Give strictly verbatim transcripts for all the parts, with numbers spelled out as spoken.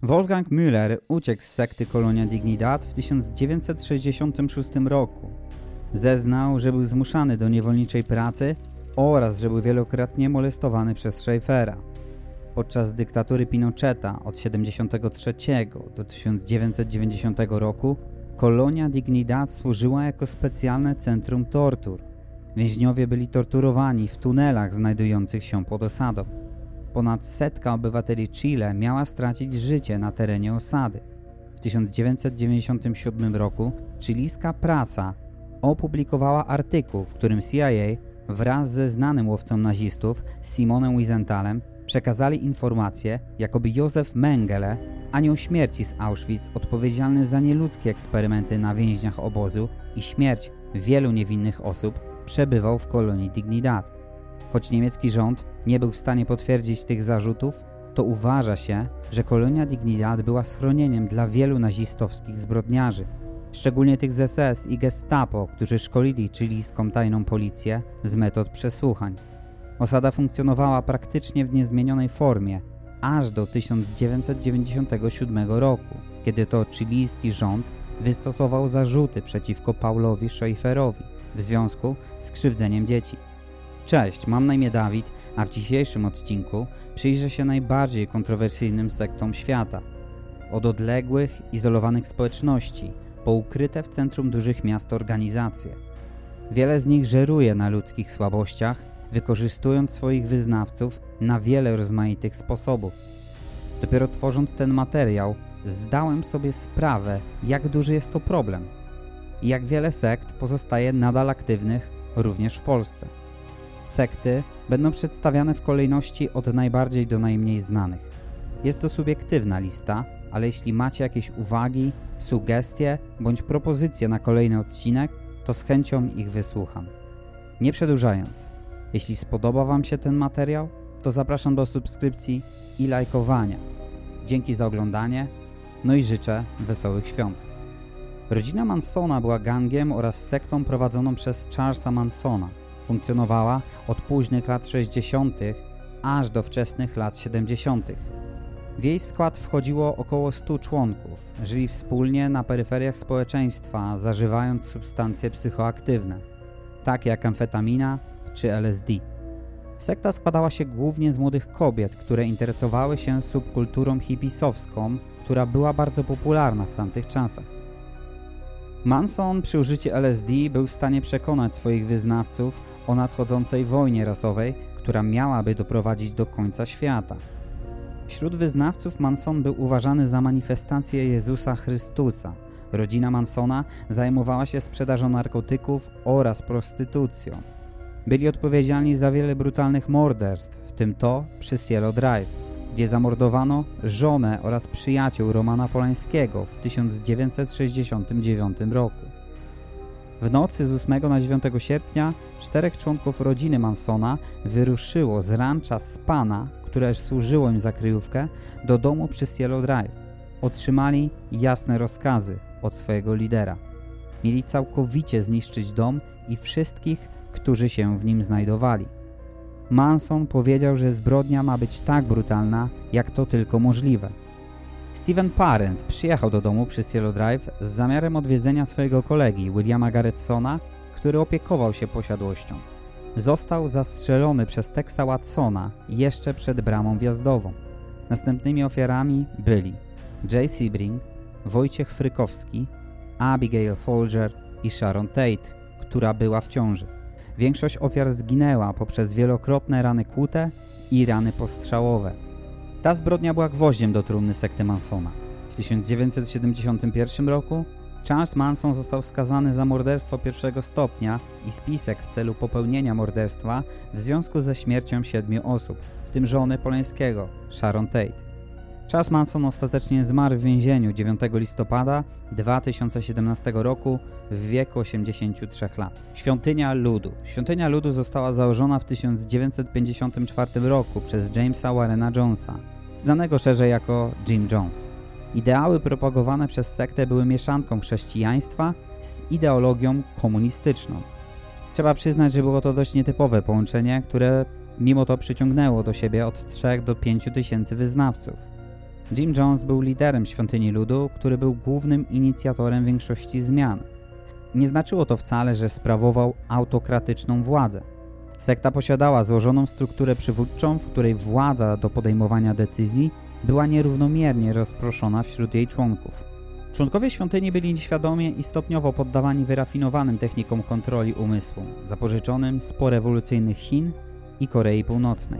Wolfgang Müller uciekł z sekty Colonia Dignidad w tysiąc dziewięćset sześćdziesiątym szóstym roku. Zeznał, że był zmuszany do niewolniczej pracy oraz że był wielokrotnie molestowany przez Schaeffera. Podczas dyktatury Pinocheta od siedemdziesiątego trzeciego do tysiąc dziewięćset dziewięćdziesiątego roku Colonia Dignidad służyła jako specjalne centrum tortur. Więźniowie byli torturowani w tunelach znajdujących się pod osadą. Ponad setka obywateli Chile miała stracić życie na terenie osady. W tysiąc dziewięćset dziewięćdziesiątym siódmym roku chilijska prasa opublikowała artykuł, w którym C I A wraz ze znanym łowcą nazistów Simonem Wiesenthalem przekazali informację, jakoby Józef Mengele, anioł śmierci z Auschwitz, odpowiedzialny za nieludzkie eksperymenty na więźniach obozu i śmierć wielu niewinnych osób, przebywał w Kolonii Dignidad. Choć niemiecki rząd nie był w stanie potwierdzić tych zarzutów, to uważa się, że Kolonia Dignidad była schronieniem dla wielu nazistowskich zbrodniarzy, szczególnie tych z S S i Gestapo, którzy szkolili chilijską tajną policję z metod przesłuchań. Osada funkcjonowała praktycznie w niezmienionej formie, aż do tysiąc dziewięćset dziewięćdziesiątego siódmego roku, kiedy to chilijski rząd wystosował zarzuty przeciwko Paulowi Schaefferowi w związku z krzywdzeniem dzieci. Cześć, mam na imię Dawid, a w dzisiejszym odcinku przyjrzę się najbardziej kontrowersyjnym sektom świata. Od odległych, izolowanych społeczności, po ukryte w centrum dużych miast organizacje. Wiele z nich żeruje na ludzkich słabościach, wykorzystując swoich wyznawców na wiele rozmaitych sposobów. Dopiero tworząc ten materiał, zdałem sobie sprawę, jak duży jest to problem i jak wiele sekt pozostaje nadal aktywnych również w Polsce. Sekty będą przedstawiane w kolejności od najbardziej do najmniej znanych. Jest to subiektywna lista, ale jeśli macie jakieś uwagi, sugestie bądź propozycje na kolejny odcinek, to z chęcią ich wysłucham. Nie przedłużając, jeśli spodoba Wam się ten materiał, to zapraszam do subskrypcji i lajkowania. Dzięki za oglądanie, no i życzę wesołych świąt. Rodzina Mansona była gangiem oraz sektą prowadzoną przez Charlesa Mansona. Funkcjonowała od późnych lat sześćdziesiątych aż do wczesnych lat siedemdziesiątych. W jej skład wchodziło około stu członków. Żyli wspólnie na peryferiach społeczeństwa, zażywając substancje psychoaktywne, takie jak amfetamina czy L S D. Sekta składała się głównie z młodych kobiet, które interesowały się subkulturą hipisowską, która była bardzo popularna w tamtych czasach. Manson przy użyciu L S D był w stanie przekonać swoich wyznawców o nadchodzącej wojnie rasowej, która miałaby doprowadzić do końca świata. Wśród wyznawców Manson był uważany za manifestację Jezusa Chrystusa. Rodzina Mansona zajmowała się sprzedażą narkotyków oraz prostytucją. Byli odpowiedzialni za wiele brutalnych morderstw, w tym to przy Cielo Drive, gdzie zamordowano żonę oraz przyjaciół Romana Polańskiego w tysiąc dziewięćset sześćdziesiątym dziewiątym roku. W nocy z ósmego na dziewiątego sierpnia czterech członków rodziny Mansona wyruszyło z rancha Spana, które służyło im za kryjówkę, do domu przy Cielo Drive. Otrzymali jasne rozkazy od swojego lidera. Mieli całkowicie zniszczyć dom i wszystkich, którzy się w nim znajdowali. Manson powiedział, że zbrodnia ma być tak brutalna, jak to tylko możliwe. Steven Parent przyjechał do domu przy Cielo Drive z zamiarem odwiedzenia swojego kolegi Williama Garrettsona, który opiekował się posiadłością. Został zastrzelony przez Texa Watsona jeszcze przed bramą wjazdową. Następnymi ofiarami byli Jay Sebring, Wojciech Frykowski, Abigail Folger i Sharon Tate, która była w ciąży. Większość ofiar zginęła poprzez wielokrotne rany kłute i rany postrzałowe. Ta zbrodnia była gwoździem do trumny sekty Mansona. W tysiąc dziewięćset siedemdziesiątym pierwszym roku Charles Manson został skazany za morderstwo pierwszego stopnia i spisek w celu popełnienia morderstwa w związku ze śmiercią siedmiu osób, w tym żony Polańskiego, Sharon Tate. Charles Manson ostatecznie zmarł w więzieniu dziewiątego listopada dwa tysiące siedemnastego roku w wieku osiemdziesięciu trzech lat. Świątynia Ludu. Świątynia Ludu została założona w tysiąc dziewięćset pięćdziesiątym czwartym roku przez Jamesa Warrena Jonesa, znanego szerzej jako Jim Jones. Ideały propagowane przez sektę były mieszanką chrześcijaństwa z ideologią komunistyczną. Trzeba przyznać, że było to dość nietypowe połączenie, które mimo to przyciągnęło do siebie od trzech do pięciu tysięcy wyznawców. Jim Jones był liderem Świątyni Ludu, który był głównym inicjatorem większości zmian. Nie znaczyło to wcale, że sprawował autokratyczną władzę. Sekta posiadała złożoną strukturę przywódczą, w której władza do podejmowania decyzji była nierównomiernie rozproszona wśród jej członków. Członkowie świątyni byli nieświadomie i stopniowo poddawani wyrafinowanym technikom kontroli umysłu, zapożyczonym z porewolucyjnych Chin i Korei Północnej.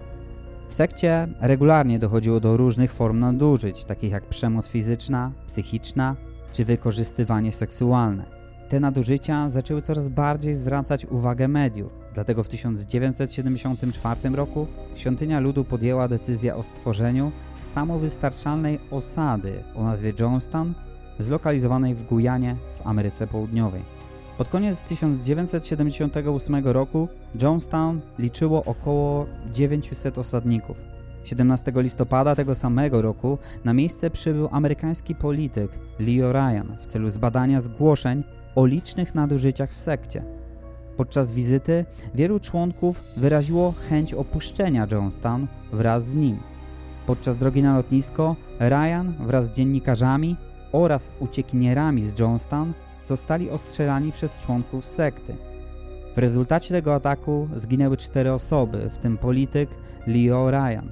W sekcie regularnie dochodziło do różnych form nadużyć, takich jak przemoc fizyczna, psychiczna czy wykorzystywanie seksualne. Te nadużycia zaczęły coraz bardziej zwracać uwagę mediów, dlatego w tysiąc dziewięćset siedemdziesiątym czwartym roku Świątynia Ludu podjęła decyzję o stworzeniu samowystarczalnej osady o nazwie Jonestown, zlokalizowanej w Gujanie w Ameryce Południowej. Pod koniec tysiąc dziewięćset siedemdziesiątego ósmego roku Jonestown liczyło około dziewięćset osadników. siedemnastego listopada tego samego roku na miejsce przybył amerykański polityk Leo Ryan w celu zbadania zgłoszeń o licznych nadużyciach w sekcie. Podczas wizyty wielu członków wyraziło chęć opuszczenia Jonestown wraz z nim. Podczas drogi na lotnisko Ryan wraz z dziennikarzami oraz uciekinierami z Jonestown zostali ostrzelani przez członków sekty. W rezultacie tego ataku zginęły cztery osoby, w tym polityk Leo Ryan.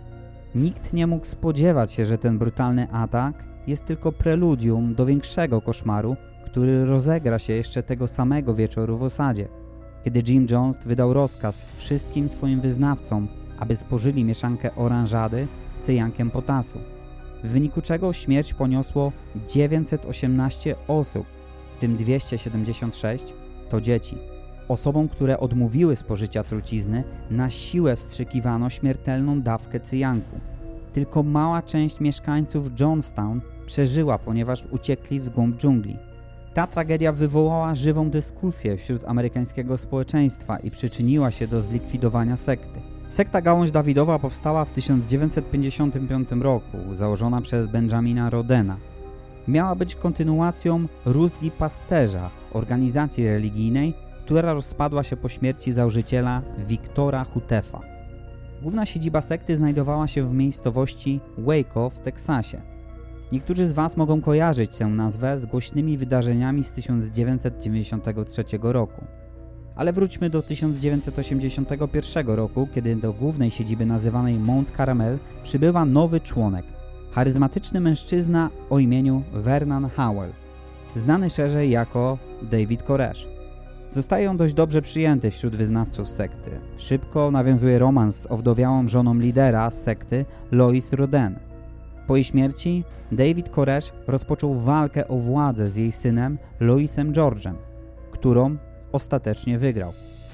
Nikt nie mógł spodziewać się, że ten brutalny atak jest tylko preludium do większego koszmaru, który rozegra się jeszcze tego samego wieczoru w osadzie, kiedy Jim Jones wydał rozkaz wszystkim swoim wyznawcom, aby spożyli mieszankę oranżady z cyjankiem potasu, w wyniku czego śmierć poniosło dziewięćset osiemnaście osób, w tym dwieście siedemdziesiąt sześć to dzieci. Osobom, które odmówiły spożycia trucizny, na siłę wstrzykiwano śmiertelną dawkę cyjanku. Tylko mała część mieszkańców Jonestown przeżyła, ponieważ uciekli w głąb dżungli. Ta tragedia wywołała żywą dyskusję wśród amerykańskiego społeczeństwa i przyczyniła się do zlikwidowania sekty. Sekta Gałąź Dawidowa powstała w tysiąc dziewięćset pięćdziesiątym piątym roku, założona przez Benjamina Rodena. Miała być kontynuacją Rózgi Pasterza, organizacji religijnej, która rozpadła się po śmierci założyciela Wiktora Hutefa. Główna siedziba sekty znajdowała się w miejscowości Waco w Teksasie. Niektórzy z Was mogą kojarzyć tę nazwę z głośnymi wydarzeniami z tysiąc dziewięćset dziewięćdziesiątego trzeciego roku. Ale wróćmy do tysiąc dziewięćset osiemdziesiątego pierwszego roku, kiedy do głównej siedziby nazywanej Mount Carmel przybywa nowy członek, charyzmatyczny mężczyzna o imieniu Vernon Howell, znany szerzej jako David Koresh. Zostaje on dość dobrze przyjęty wśród wyznawców sekty. Szybko nawiązuje romans z owdowiałą żoną lidera sekty, Lois Roden. Po jej śmierci David Koresh rozpoczął walkę o władzę z jej synem Louisem George'em, którą ostatecznie wygrał.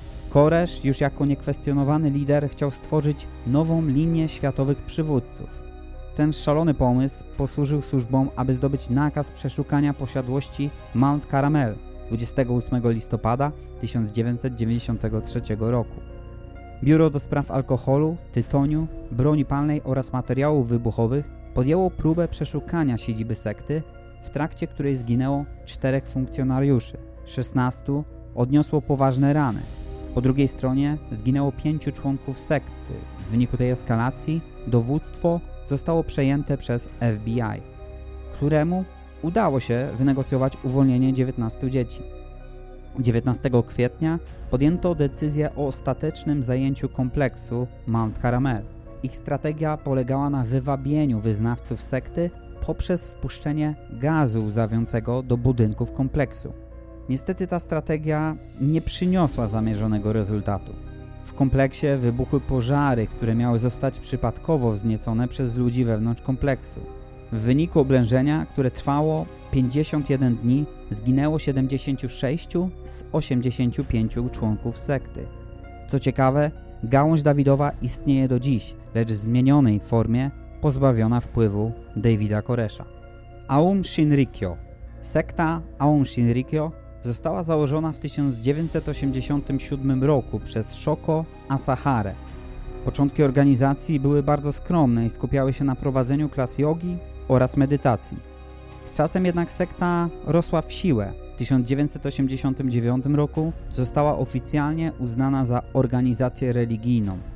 Koresh już jako niekwestionowany lider chciał stworzyć nową linię światowych przywódców. Ten szalony pomysł posłużył służbom, aby zdobyć nakaz przeszukania posiadłości Mount Carmel dwudziestego ósmego listopada tysiąc dziewięćset dziewięćdziesiątego trzeciego roku. Biuro do spraw alkoholu, tytoniu, broni palnej oraz materiałów wybuchowych podjęło próbę przeszukania siedziby sekty, w trakcie której zginęło czterech funkcjonariuszy, szesnastu odniosło poważne rany. Po drugiej stronie zginęło pięciu członków sekty. W wyniku tej eskalacji dowództwo zostało przejęte przez F B I, któremu udało się wynegocjować uwolnienie dziewiętnastu dzieci. dziewiętnastego kwietnia podjęto decyzję o ostatecznym zajęciu kompleksu Mount Carmel. Ich strategia polegała na wywabieniu wyznawców sekty poprzez wpuszczenie gazu łzawiącego do budynków kompleksu. Niestety ta strategia nie przyniosła zamierzonego rezultatu. W kompleksie wybuchły pożary, które miały zostać przypadkowo wzniecone przez ludzi wewnątrz kompleksu. W wyniku oblężenia, które trwało pięćdziesiąt jeden dni, zginęło siedemdziesięciu sześciu z osiemdziesięciu pięciu członków sekty. Co ciekawe, Gałąź Dawidowa istnieje do dziś, lecz w zmienionej formie, pozbawiona wpływu Davida Koresha. Aum Shinrikyo. Sekta Aum Shinrikyo została założona w tysiąc dziewięćset osiemdziesiątym siódmym roku przez Shoko Asahare. Początki organizacji były bardzo skromne i skupiały się na prowadzeniu klas jogi oraz medytacji. Z czasem jednak sekta rosła w siłę. W tysiąc dziewięćset osiemdziesiątym dziewiątym roku została oficjalnie uznana za organizację religijną.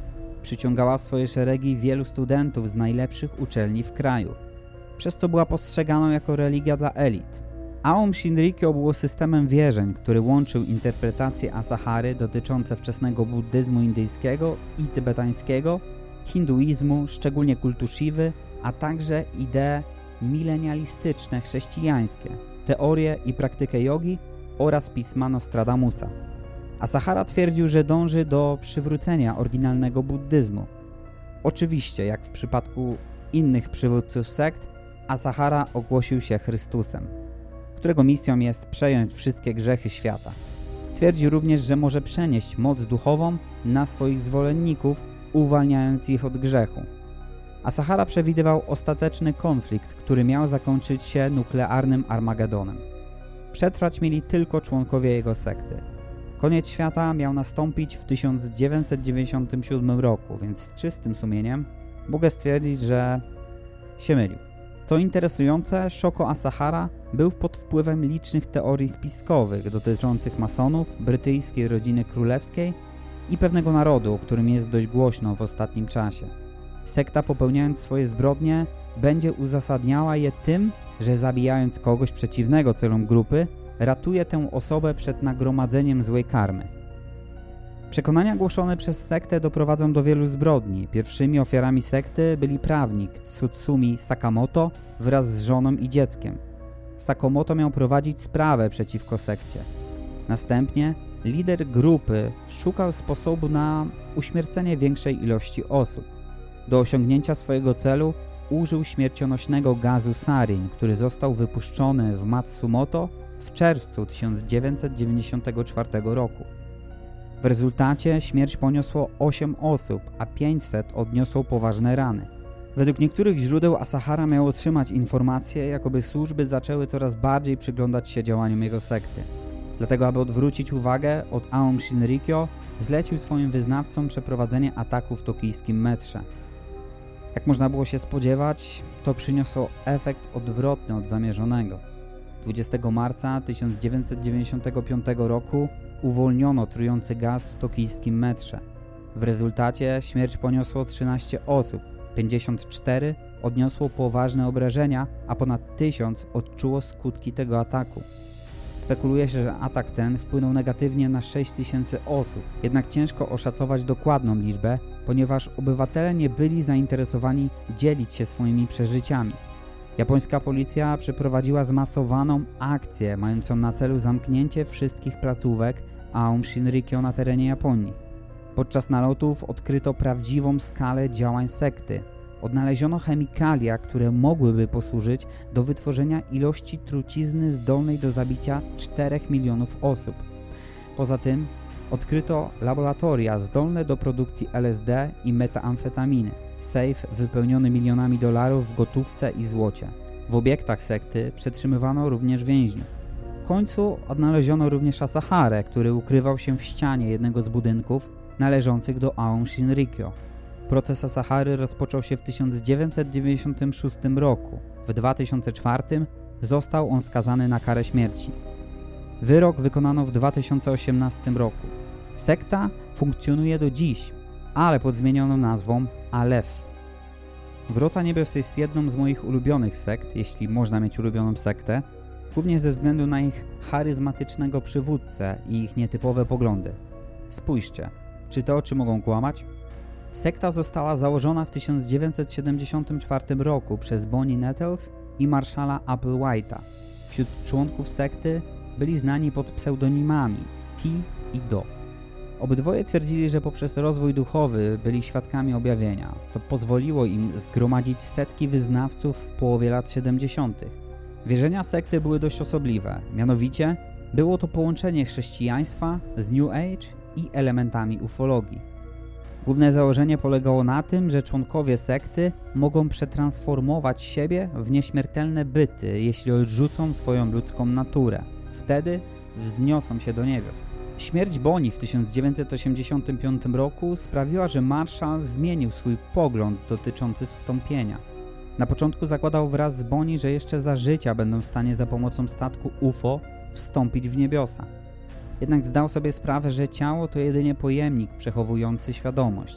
Przyciągała w swoje szeregi wielu studentów z najlepszych uczelni w kraju, przez co była postrzeganą jako religia dla elit. Aum Shinrikyo było systemem wierzeń, który łączył interpretacje Asahary dotyczące wczesnego buddyzmu indyjskiego i tybetańskiego, hinduizmu, szczególnie kultu Shiwy, a także idee milenialistyczne chrześcijańskie, teorie i praktykę jogi oraz pisma Nostradamusa. Asahara twierdził, że dąży do przywrócenia oryginalnego buddyzmu. Oczywiście, jak w przypadku innych przywódców sekt, Asahara ogłosił się Chrystusem, którego misją jest przejąć wszystkie grzechy świata. Twierdził również, że może przenieść moc duchową na swoich zwolenników, uwalniając ich od grzechu. Asahara przewidywał ostateczny konflikt, który miał zakończyć się nuklearnym Armagedonem. Przetrwać mieli tylko członkowie jego sekty. Koniec świata miał nastąpić w tysiąc dziewięćset dziewięćdziesiątym siódmym roku, więc z czystym sumieniem mogę stwierdzić, że się mylił. Co interesujące, Shoko Asahara był pod wpływem licznych teorii spiskowych dotyczących masonów, brytyjskiej rodziny królewskiej i pewnego narodu, o którym jest dość głośno w ostatnim czasie. Sekta, popełniając swoje zbrodnie, będzie uzasadniała je tym, że zabijając kogoś przeciwnego celom grupy, ratuje tę osobę przed nagromadzeniem złej karmy. Przekonania głoszone przez sektę doprowadzą do wielu zbrodni. Pierwszymi ofiarami sekty byli prawnik Tsutsumi Sakamoto wraz z żoną i dzieckiem. Sakamoto miał prowadzić sprawę przeciwko sekcie. Następnie lider grupy szukał sposobu na uśmiercenie większej ilości osób. Do osiągnięcia swojego celu użył śmiercionośnego gazu sarin, który został wypuszczony w Matsumoto w czerwcu tysiąc dziewięćset dziewięćdziesiątego czwartego roku. W rezultacie śmierć poniosło osiem osób, a pięćset odniosło poważne rany. Według niektórych źródeł Asahara miał otrzymać informacje, jakoby służby zaczęły coraz bardziej przyglądać się działaniom jego sekty. Dlatego, aby odwrócić uwagę od Aum Shinrikyo, zlecił swoim wyznawcom przeprowadzenie ataku w tokijskim metrze. Jak można było się spodziewać, to przyniosło efekt odwrotny od zamierzonego. dwudziestego marca tysiąc dziewięćset dziewięćdziesiątego piątego roku uwolniono trujący gaz w tokijskim metrze. W rezultacie śmierć poniosło trzynaście osób, pięćdziesiąt cztery odniosło poważne obrażenia, a ponad tysiąc odczuło skutki tego ataku. Spekuluje się, że atak ten wpłynął negatywnie na sześć tysięcy osób, jednak ciężko oszacować dokładną liczbę, ponieważ obywatele nie byli zainteresowani dzielić się swoimi przeżyciami. Japońska policja przeprowadziła zmasowaną akcję mającą na celu zamknięcie wszystkich placówek Aum Shinrikyo na terenie Japonii. Podczas nalotów odkryto prawdziwą skalę działań sekty. Odnaleziono chemikalia, które mogłyby posłużyć do wytworzenia ilości trucizny zdolnej do zabicia czterech milionów osób. Poza tym odkryto laboratoria zdolne do produkcji L S D i metamfetaminy, sejf wypełniony milionami dolarów w gotówce i złocie. W obiektach sekty przetrzymywano również więźniów. W końcu odnaleziono również Asaharę, który ukrywał się w ścianie jednego z budynków należących do Aum Shinrikyo. Proces Asahary rozpoczął się w tysiąc dziewięćset dziewięćdziesiątym szóstym roku. W dwa tysiące czwartym został on skazany na karę śmierci. Wyrok wykonano w dwa tysiące osiemnastym roku. Sekta funkcjonuje do dziś, ale pod zmienioną nazwą Aleph. Wrota Niebios jest jedną z moich ulubionych sekt, jeśli można mieć ulubioną sektę, głównie ze względu na ich charyzmatycznego przywódcę i ich nietypowe poglądy. Spójrzcie, czy te oczy mogą kłamać? Sekta została założona w tysiąc dziewięćset siedemdziesiątym czwartym roku przez Bonnie Nettles i Marshalla Applewhite'a. Wśród członków sekty byli znani pod pseudonimami T i Do. Obydwoje twierdzili, że poprzez rozwój duchowy byli świadkami objawienia, co pozwoliło im zgromadzić setki wyznawców w połowie lat siedemdziesiątych. Wierzenia sekty były dość osobliwe, mianowicie było to połączenie chrześcijaństwa z New Age i elementami ufologii. Główne założenie polegało na tym, że członkowie sekty mogą przetransformować siebie w nieśmiertelne byty, jeśli odrzucą swoją ludzką naturę. Wtedy wzniosą się do niebios. Śmierć Bonnie w tysiąc dziewięćset osiemdziesiątym piątym roku sprawiła, że Marshall zmienił swój pogląd dotyczący wstąpienia. Na początku zakładał wraz z Bonnie, że jeszcze za życia będą w stanie za pomocą statku U F O wstąpić w niebiosa. Jednak zdał sobie sprawę, że ciało to jedynie pojemnik przechowujący świadomość.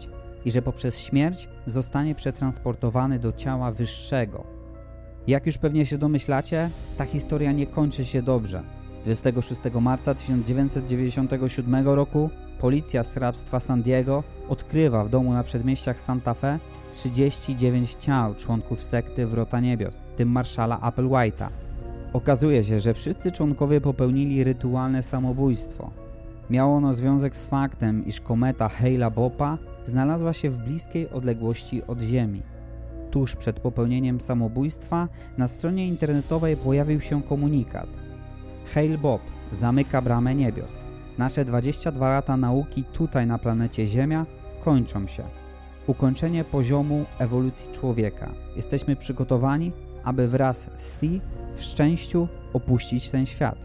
i że poprzez śmierć zostanie przetransportowany do ciała wyższego. Jak już pewnie się domyślacie, ta historia nie kończy się dobrze. dwudziestego szóstego marca tysiąc dziewięćset dziewięćdziesiątego siódmego roku policja z hrabstwa San Diego odkrywa w domu na przedmieściach Santa Fe trzydzieści dziewięć ciał członków sekty Wrota Niebios, w tym marszala Applewhite'a. Okazuje się, że wszyscy członkowie popełnili rytualne samobójstwo. Miało ono związek z faktem, iż kometa Hale-Boppa znalazła się w bliskiej odległości od Ziemi. Tuż przed popełnieniem samobójstwa na stronie internetowej pojawił się komunikat: Hale-Bopp zamyka bramę niebios. Nasze dwadzieścia dwa lata nauki tutaj na planecie Ziemia kończą się. Ukończenie poziomu ewolucji człowieka. Jesteśmy przygotowani, aby wraz z T w szczęściu opuścić ten świat.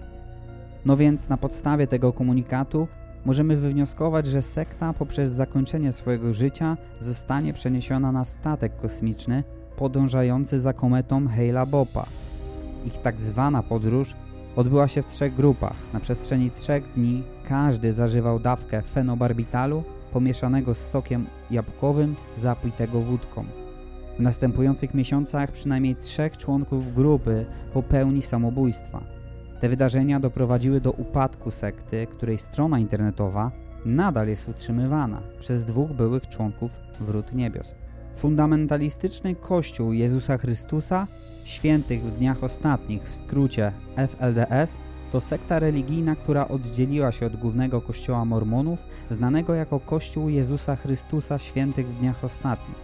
No więc na podstawie tego komunikatu możemy wywnioskować, że sekta poprzez zakończenie swojego życia zostanie przeniesiona na statek kosmiczny podążający za kometą Hale-Boppa. Ich tak zwana podróż odbyła się w trzech grupach. Na przestrzeni trzech dni każdy zażywał dawkę fenobarbitalu pomieszanego z sokiem jabłkowym zapitego wódką. W następujących miesiącach przynajmniej trzech członków grupy popełni samobójstwa. Te wydarzenia doprowadziły do upadku sekty, której strona internetowa nadal jest utrzymywana przez dwóch byłych członków Wrót Niebios. Fundamentalistyczny Kościół Jezusa Chrystusa Świętych w Dniach Ostatnich, w skrócie F L D S, to sekta religijna, która oddzieliła się od głównego kościoła mormonów, znanego jako Kościół Jezusa Chrystusa Świętych w Dniach Ostatnich.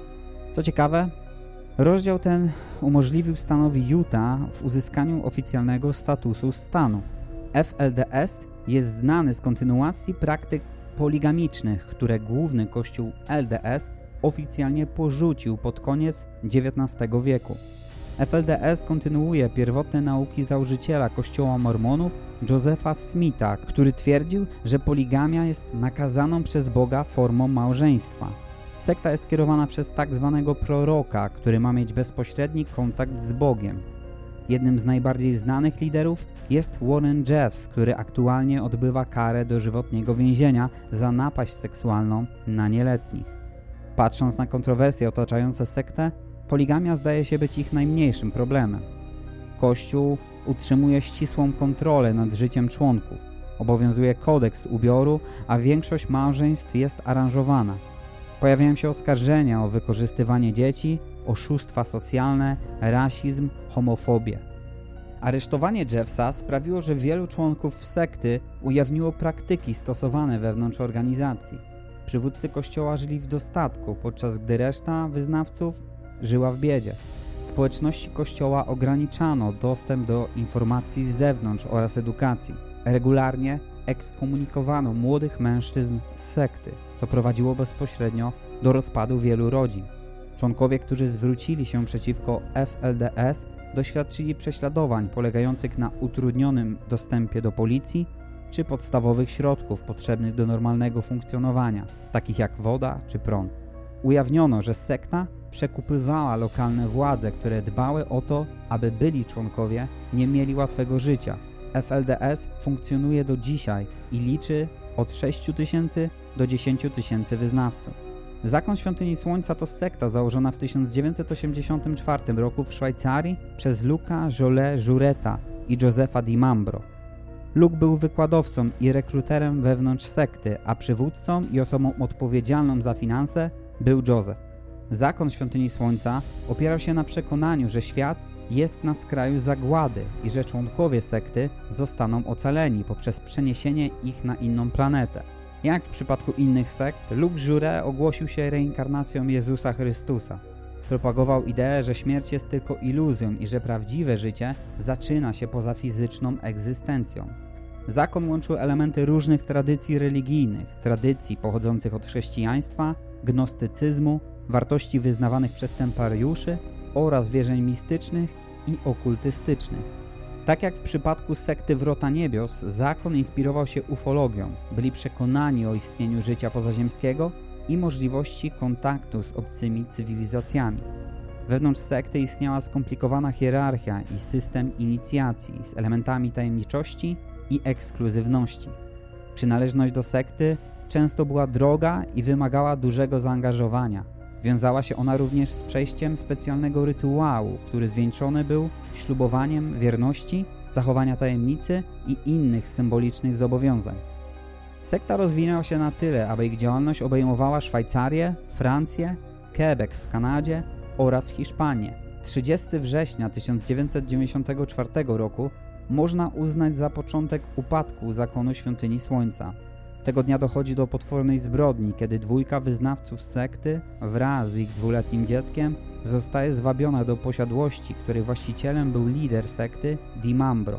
Co ciekawe, rozdział ten umożliwił stanowi Utah w uzyskaniu oficjalnego statusu stanu. F L D S jest znany z kontynuacji praktyk poligamicznych, które główny kościół L D S oficjalnie porzucił pod koniec dziewiętnastego wieku. F L D S kontynuuje pierwotne nauki założyciela kościoła mormonów Josepha Smitha, który twierdził, że poligamia jest nakazaną przez Boga formą małżeństwa. Sekta jest kierowana przez tak zwanego proroka, który ma mieć bezpośredni kontakt z Bogiem. Jednym z najbardziej znanych liderów jest Warren Jeffs, który aktualnie odbywa karę dożywotniego więzienia za napaść seksualną na nieletnich. Patrząc na kontrowersje otaczające sektę, poligamia zdaje się być ich najmniejszym problemem. Kościół utrzymuje ścisłą kontrolę nad życiem członków, obowiązuje kodeks ubioru, a większość małżeństw jest aranżowana. Pojawiają się oskarżenia o wykorzystywanie dzieci, oszustwa socjalne, rasizm, homofobię. Aresztowanie Jeffsa sprawiło, że wielu członków sekty ujawniło praktyki stosowane wewnątrz organizacji. Przywódcy kościoła żyli w dostatku, podczas gdy reszta wyznawców żyła w biedzie. Społeczności kościoła ograniczano dostęp do informacji z zewnątrz oraz edukacji. Regularnie ekskomunikowano młodych mężczyzn z sekty, co prowadziło bezpośrednio do rozpadu wielu rodzin. Członkowie, którzy zwrócili się przeciwko F L D S, doświadczyli prześladowań polegających na utrudnionym dostępie do policji czy podstawowych środków potrzebnych do normalnego funkcjonowania, takich jak woda czy prąd. Ujawniono, że sekta przekupywała lokalne władze, które dbały o to, aby byli członkowie nie mieli łatwego życia. F L D S funkcjonuje do dzisiaj i liczy od sześciu tysięcy do dziesięciu tysięcy wyznawców. Zakon Świątyni Słońca to sekta założona w tysiąc dziewięćset osiemdziesiątym czwartym roku w Szwajcarii przez Luca Jolet Jureta i Josepha Di Mambro. Luke był wykładowcą i rekruterem wewnątrz sekty, a przywódcą i osobą odpowiedzialną za finanse był Joseph. Zakon Świątyni Słońca opierał się na przekonaniu, że świat jest na skraju zagłady i że członkowie sekty zostaną ocaleni poprzez przeniesienie ich na inną planetę. Jak w przypadku innych sekt, Luke Juret ogłosił się reinkarnacją Jezusa Chrystusa. Propagował ideę, że śmierć jest tylko iluzją i że prawdziwe życie zaczyna się poza fizyczną egzystencją. Zakon łączył elementy różnych tradycji religijnych, tradycji pochodzących od chrześcijaństwa, gnostycyzmu, wartości wyznawanych przez templariuszy oraz wierzeń mistycznych i okultystycznych. Tak jak w przypadku sekty Wrota Niebios, zakon inspirował się ufologią. Byli przekonani o istnieniu życia pozaziemskiego i możliwości kontaktu z obcymi cywilizacjami. Wewnątrz sekty istniała skomplikowana hierarchia i system inicjacji z elementami tajemniczości i ekskluzywności. Przynależność do sekty często była droga i wymagała dużego zaangażowania. Wiązała się ona również z przejściem specjalnego rytuału, który zwieńczony był ślubowaniem wierności, zachowania tajemnicy i innych symbolicznych zobowiązań. Sekta rozwinęła się na tyle, aby ich działalność obejmowała Szwajcarię, Francję, Quebec w Kanadzie oraz Hiszpanię. trzydziestego września tysiąc dziewięćset dziewięćdziesiątego czwartego roku można uznać za początek upadku zakonu Świątyni Słońca. Tego dnia dochodzi do potwornej zbrodni, kiedy dwójka wyznawców sekty wraz z ich dwuletnim dzieckiem zostaje zwabiona do posiadłości, której właścicielem był lider sekty Di Mambro.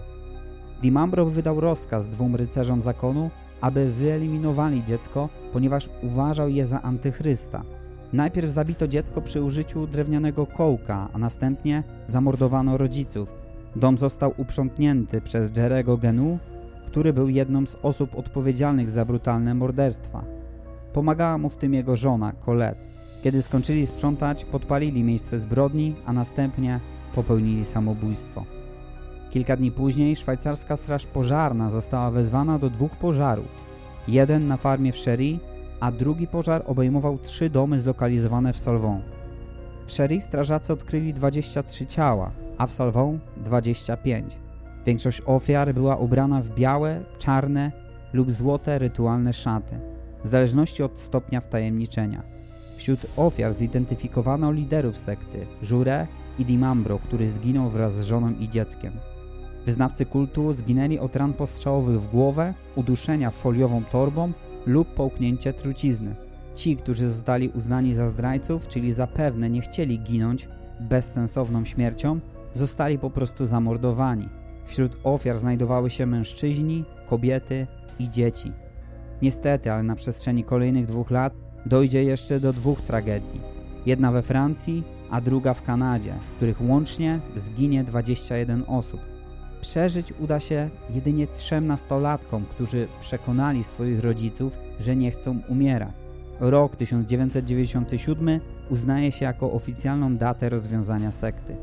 Di Mambro wydał rozkaz dwóm rycerzom zakonu, aby wyeliminowali dziecko, ponieważ uważał je za antychrysta. Najpierw zabito dziecko przy użyciu drewnianego kołka, a następnie zamordowano rodziców. Dom został uprzątnięty przez Jerego Genu, który był jedną z osób odpowiedzialnych za brutalne morderstwa. Pomagała mu w tym jego żona, Colette. Kiedy skończyli sprzątać, podpalili miejsce zbrodni, a następnie popełnili samobójstwo. Kilka dni później szwajcarska straż pożarna została wezwana do dwóch pożarów. Jeden na farmie w Chery, a drugi pożar obejmował trzy domy zlokalizowane w Solvaux. W Chery strażacy odkryli dwadzieścia trzy ciała, a w Solvaux dwadzieścia pięć. Większość ofiar była ubrana w białe, czarne lub złote rytualne szaty, w zależności od stopnia wtajemniczenia. Wśród ofiar zidentyfikowano liderów sekty, Jurę i Di Mambro, który zginął wraz z żoną i dzieckiem. Wyznawcy kultu zginęli od ran postrzałowych w głowę, uduszenia foliową torbą lub połknięcia trucizny. Ci, którzy zostali uznani za zdrajców, czyli zapewne nie chcieli ginąć bezsensowną śmiercią, zostali po prostu zamordowani. Wśród ofiar znajdowały się mężczyźni, kobiety i dzieci. Niestety, ale na przestrzeni kolejnych dwóch lat dojdzie jeszcze do dwóch tragedii. Jedna we Francji, a druga w Kanadzie, w których łącznie zginie dwadzieścia jeden osób. Przeżyć uda się jedynie trzem nastolatkom, którzy przekonali swoich rodziców, że nie chcą umierać. Rok tysiąc dziewięćset dziewięćdziesiąty siódmy uznaje się jako oficjalną datę rozwiązania sekty.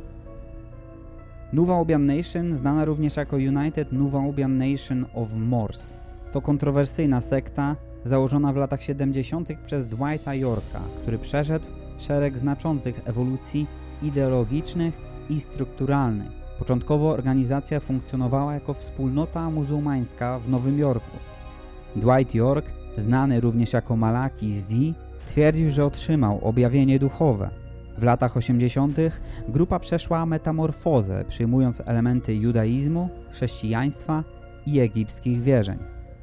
Nuwaubian Nation, znana również jako United Nuwaubian Nation of Moors, to kontrowersyjna sekta założona w latach siedemdziesiątych przez Dwighta Yorka, który przeszedł szereg znaczących ewolucji ideologicznych i strukturalnych. Początkowo organizacja funkcjonowała jako wspólnota muzułmańska w Nowym Jorku. Dwight York, znany również jako Malaki Z, twierdził, że otrzymał objawienie duchowe. W latach osiemdziesiątych grupa przeszła metamorfozę, przyjmując elementy judaizmu, chrześcijaństwa i egipskich wierzeń.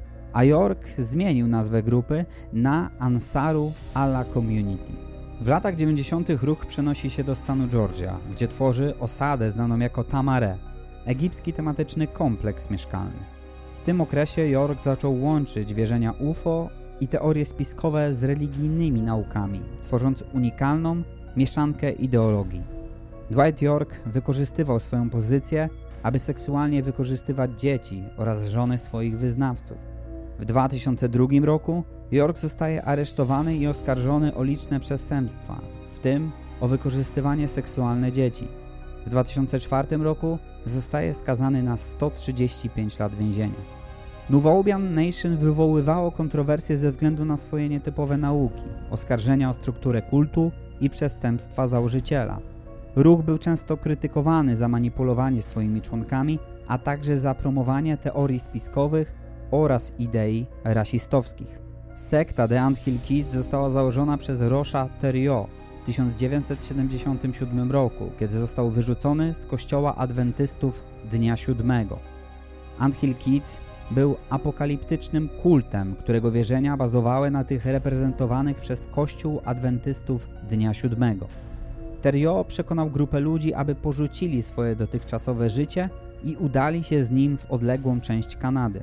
A York zmienił nazwę grupy na Ansaru Allah Community. W latach dziewięćdziesiątych ruch przenosi się do stanu Georgia, gdzie tworzy osadę znaną jako Tamare, egipski tematyczny kompleks mieszkalny. W tym okresie York zaczął łączyć wierzenia U F O i teorie spiskowe z religijnymi naukami, tworząc unikalną mieszankę ideologii. Dwight York wykorzystywał swoją pozycję, aby seksualnie wykorzystywać dzieci oraz żony swoich wyznawców. W dwa tysiące drugim roku York zostaje aresztowany i oskarżony o liczne przestępstwa, w tym o wykorzystywanie seksualne dzieci. W dwa tysiące czwartym roku zostaje skazany na sto trzydzieści pięć lat więzienia. Nuwaubian Nation wywoływało kontrowersje ze względu na swoje nietypowe nauki, oskarżenia o strukturę kultu i przestępstwa założyciela. Ruch był często krytykowany za manipulowanie swoimi członkami, a także za promowanie teorii spiskowych oraz idei rasistowskich. Sekta The Anthill Kids została założona przez Rocha Thériault w tysiąc dziewięćset siedemdziesiątym siódmym roku, kiedy został wyrzucony z kościoła adwentystów Dnia Siódmego. Anthill Kids był apokaliptycznym kultem, którego wierzenia bazowały na tych reprezentowanych przez Kościół Adwentystów Dnia Siódmego. Thériault przekonał grupę ludzi, aby porzucili swoje dotychczasowe życie i udali się z nim w odległą część Kanady.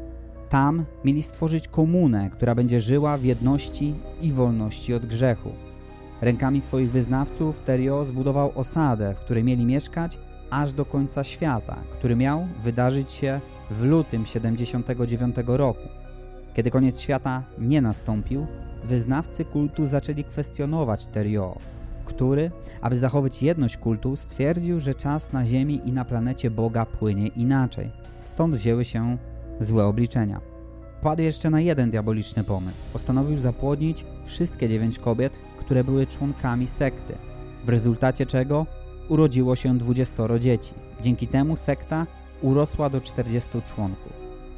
Tam mieli stworzyć komunę, która będzie żyła w jedności i wolności od grzechu. Rękami swoich wyznawców Thériault zbudował osadę, w której mieli mieszkać aż do końca świata, który miał wydarzyć się w lutym siedemdziesiątego dziewiątego roku. Kiedy koniec świata nie nastąpił, wyznawcy kultu zaczęli kwestionować Thériault, który, aby zachować jedność kultu, stwierdził, że czas na Ziemi i na planecie Boga płynie inaczej. Stąd wzięły się złe obliczenia. Wpadł jeszcze na jeden diaboliczny pomysł. Postanowił zapłodnić wszystkie dziewięć kobiet, które były członkami sekty, w rezultacie czego urodziło się dwudziestoro dzieci. Dzięki temu sekta urosła do czterdziestu członków.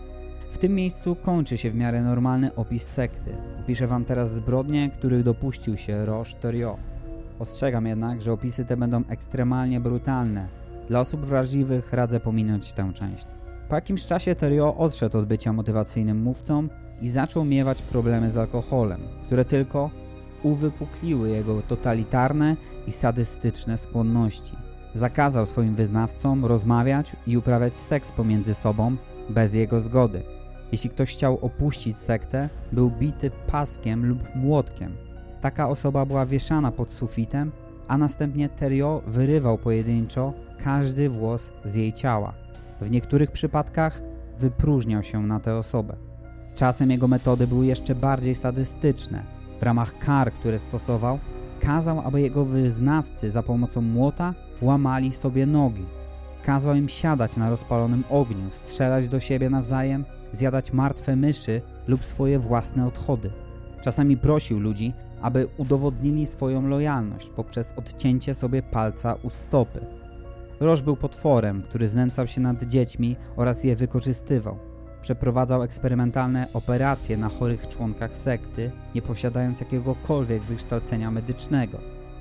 W tym miejscu kończy się w miarę normalny opis sekty. Opiszę wam teraz zbrodnie, których dopuścił się Roche Thériault. Ostrzegam jednak, że opisy te będą ekstremalnie brutalne. Dla osób wrażliwych radzę pominąć tę część. Po jakimś czasie Thériault odszedł od bycia motywacyjnym mówcą i zaczął miewać problemy z alkoholem, które tylko uwypukliły jego totalitarne i sadystyczne skłonności. Zakazał swoim wyznawcom rozmawiać i uprawiać seks pomiędzy sobą bez jego zgody. Jeśli ktoś chciał opuścić sektę, był bity paskiem lub młotkiem. Taka osoba była wieszana pod sufitem, a następnie Thériault wyrywał pojedynczo każdy włos z jej ciała. W niektórych przypadkach wypróżniał się na tę osobę. Z czasem jego metody były jeszcze bardziej sadystyczne. W ramach kar, które stosował, kazał, aby jego wyznawcy za pomocą młota łamali sobie nogi. Kazał im siadać na rozpalonym ogniu, strzelać do siebie nawzajem, zjadać martwe myszy lub swoje własne odchody. Czasami prosił ludzi, aby udowodnili swoją lojalność poprzez odcięcie sobie palca u stopy. Roche był potworem, który znęcał się nad dziećmi oraz je wykorzystywał. Przeprowadzał eksperymentalne operacje na chorych członkach sekty, nie posiadając jakiegokolwiek wykształcenia medycznego.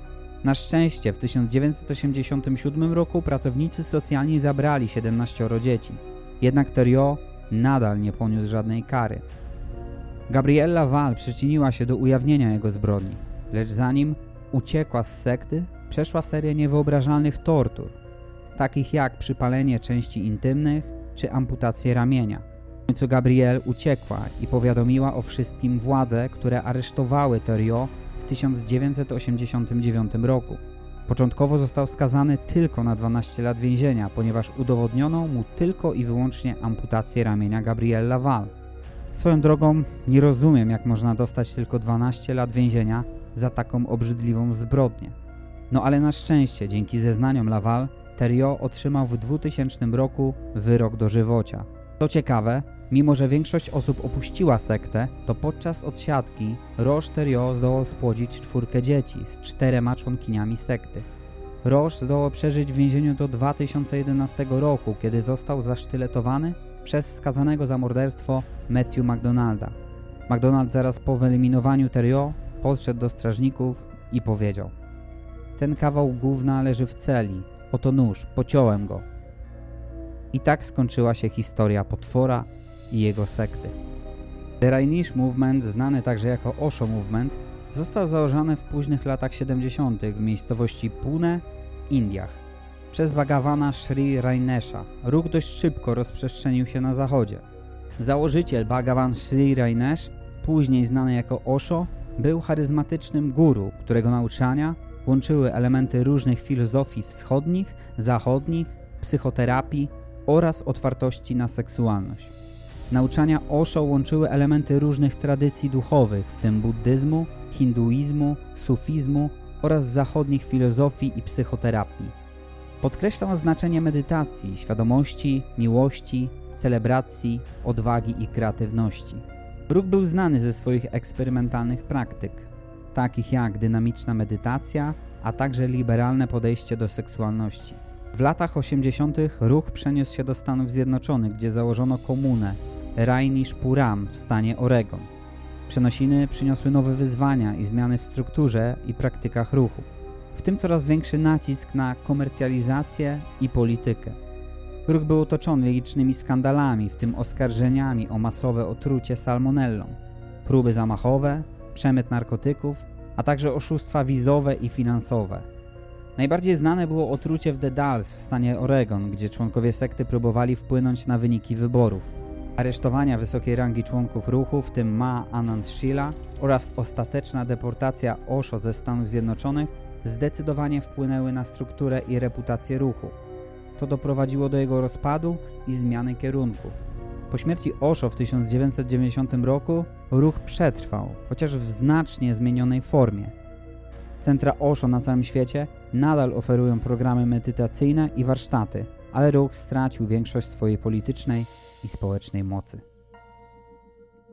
Na szczęście w tysiąc dziewięćset osiemdziesiątym siódmym roku pracownicy socjalni zabrali siedemnaścioro dzieci. Jednak Thériault nadal nie poniósł żadnej kary. Gabrielle Laval przyczyniła się do ujawnienia jego zbrodni, lecz zanim uciekła z sekty, przeszła serię niewyobrażalnych tortur, takich jak przypalenie części intymnych czy amputację ramienia. W końcu Gabrielle uciekła i powiadomiła o wszystkim władze, które aresztowały Thériault w tysiąc dziewięćset osiemdziesiątym dziewiątym roku. Początkowo został skazany tylko na dwanaście lat więzienia, ponieważ udowodniono mu tylko i wyłącznie amputację ramienia Gabrielle Laval. Swoją drogą nie rozumiem, jak można dostać tylko dwanaście lat więzienia za taką obrzydliwą zbrodnię. No ale na szczęście, dzięki zeznaniom Laval, Thériault otrzymał w dwutysięcznym roku wyrok dożywocia. Co ciekawe, mimo że większość osób opuściła sektę, to podczas odsiadki Roche Thériault zdołał spłodzić czwórkę dzieci z czterema członkiniami sekty. Roche zdołał przeżyć w więzieniu do dwa tysiące jedenastego roku, kiedy został zasztyletowany przez skazanego za morderstwo Matthew McDonalda. McDonald zaraz po wyeliminowaniu Thériault podszedł do strażników i powiedział: „Ten kawał gówna leży w celi, oto nóż, pociąłem go”. I tak skończyła się historia potwora i jego sekty. The Rajneesh Movement, znany także jako Osho Movement, został założony w późnych latach siedemdziesiątych w miejscowości Pune, Indiach, przez Bhagavana Sri Rajnesha. Ruch dość szybko rozprzestrzenił się na zachodzie. Założyciel Bhagavan Sri Rajnesh, później znany jako Osho, był charyzmatycznym guru, którego nauczania łączyły elementy różnych filozofii wschodnich, zachodnich, psychoterapii oraz otwartości na seksualność. Nauczania Osho łączyły elementy różnych tradycji duchowych, w tym buddyzmu, hinduizmu, sufizmu oraz zachodnich filozofii i psychoterapii. Podkreślał znaczenie medytacji, świadomości, miłości, celebracji, odwagi i kreatywności. Ruch był znany ze swoich eksperymentalnych praktyk, takich jak dynamiczna medytacja, a także liberalne podejście do seksualności. W latach osiemdziesiątych ruch przeniósł się do Stanów Zjednoczonych, gdzie założono komunę Rajneeshpuram w stanie Oregon. Przenosiny przyniosły nowe wyzwania i zmiany w strukturze i praktykach ruchu, w tym coraz większy nacisk na komercjalizację i politykę. Ruch był otoczony licznymi skandalami, w tym oskarżeniami o masowe otrucie salmonellą, próby zamachowe, przemyt narkotyków, a także oszustwa wizowe i finansowe. Najbardziej znane było otrucie w The Dalles w stanie Oregon, gdzie członkowie sekty próbowali wpłynąć na wyniki wyborów. Aresztowania wysokiej rangi członków ruchu, w tym Ma Anand Sheela, oraz ostateczna deportacja Osho ze Stanów Zjednoczonych zdecydowanie wpłynęły na strukturę i reputację ruchu. To doprowadziło do jego rozpadu i zmiany kierunku. Po śmierci Osho w tysiąc dziewięćset dziewięćdziesiątym roku ruch przetrwał, chociaż w znacznie zmienionej formie. Centra Osho na całym świecie nadal oferują programy medytacyjne i warsztaty, ale ruch stracił większość swojej politycznej i społecznej mocy.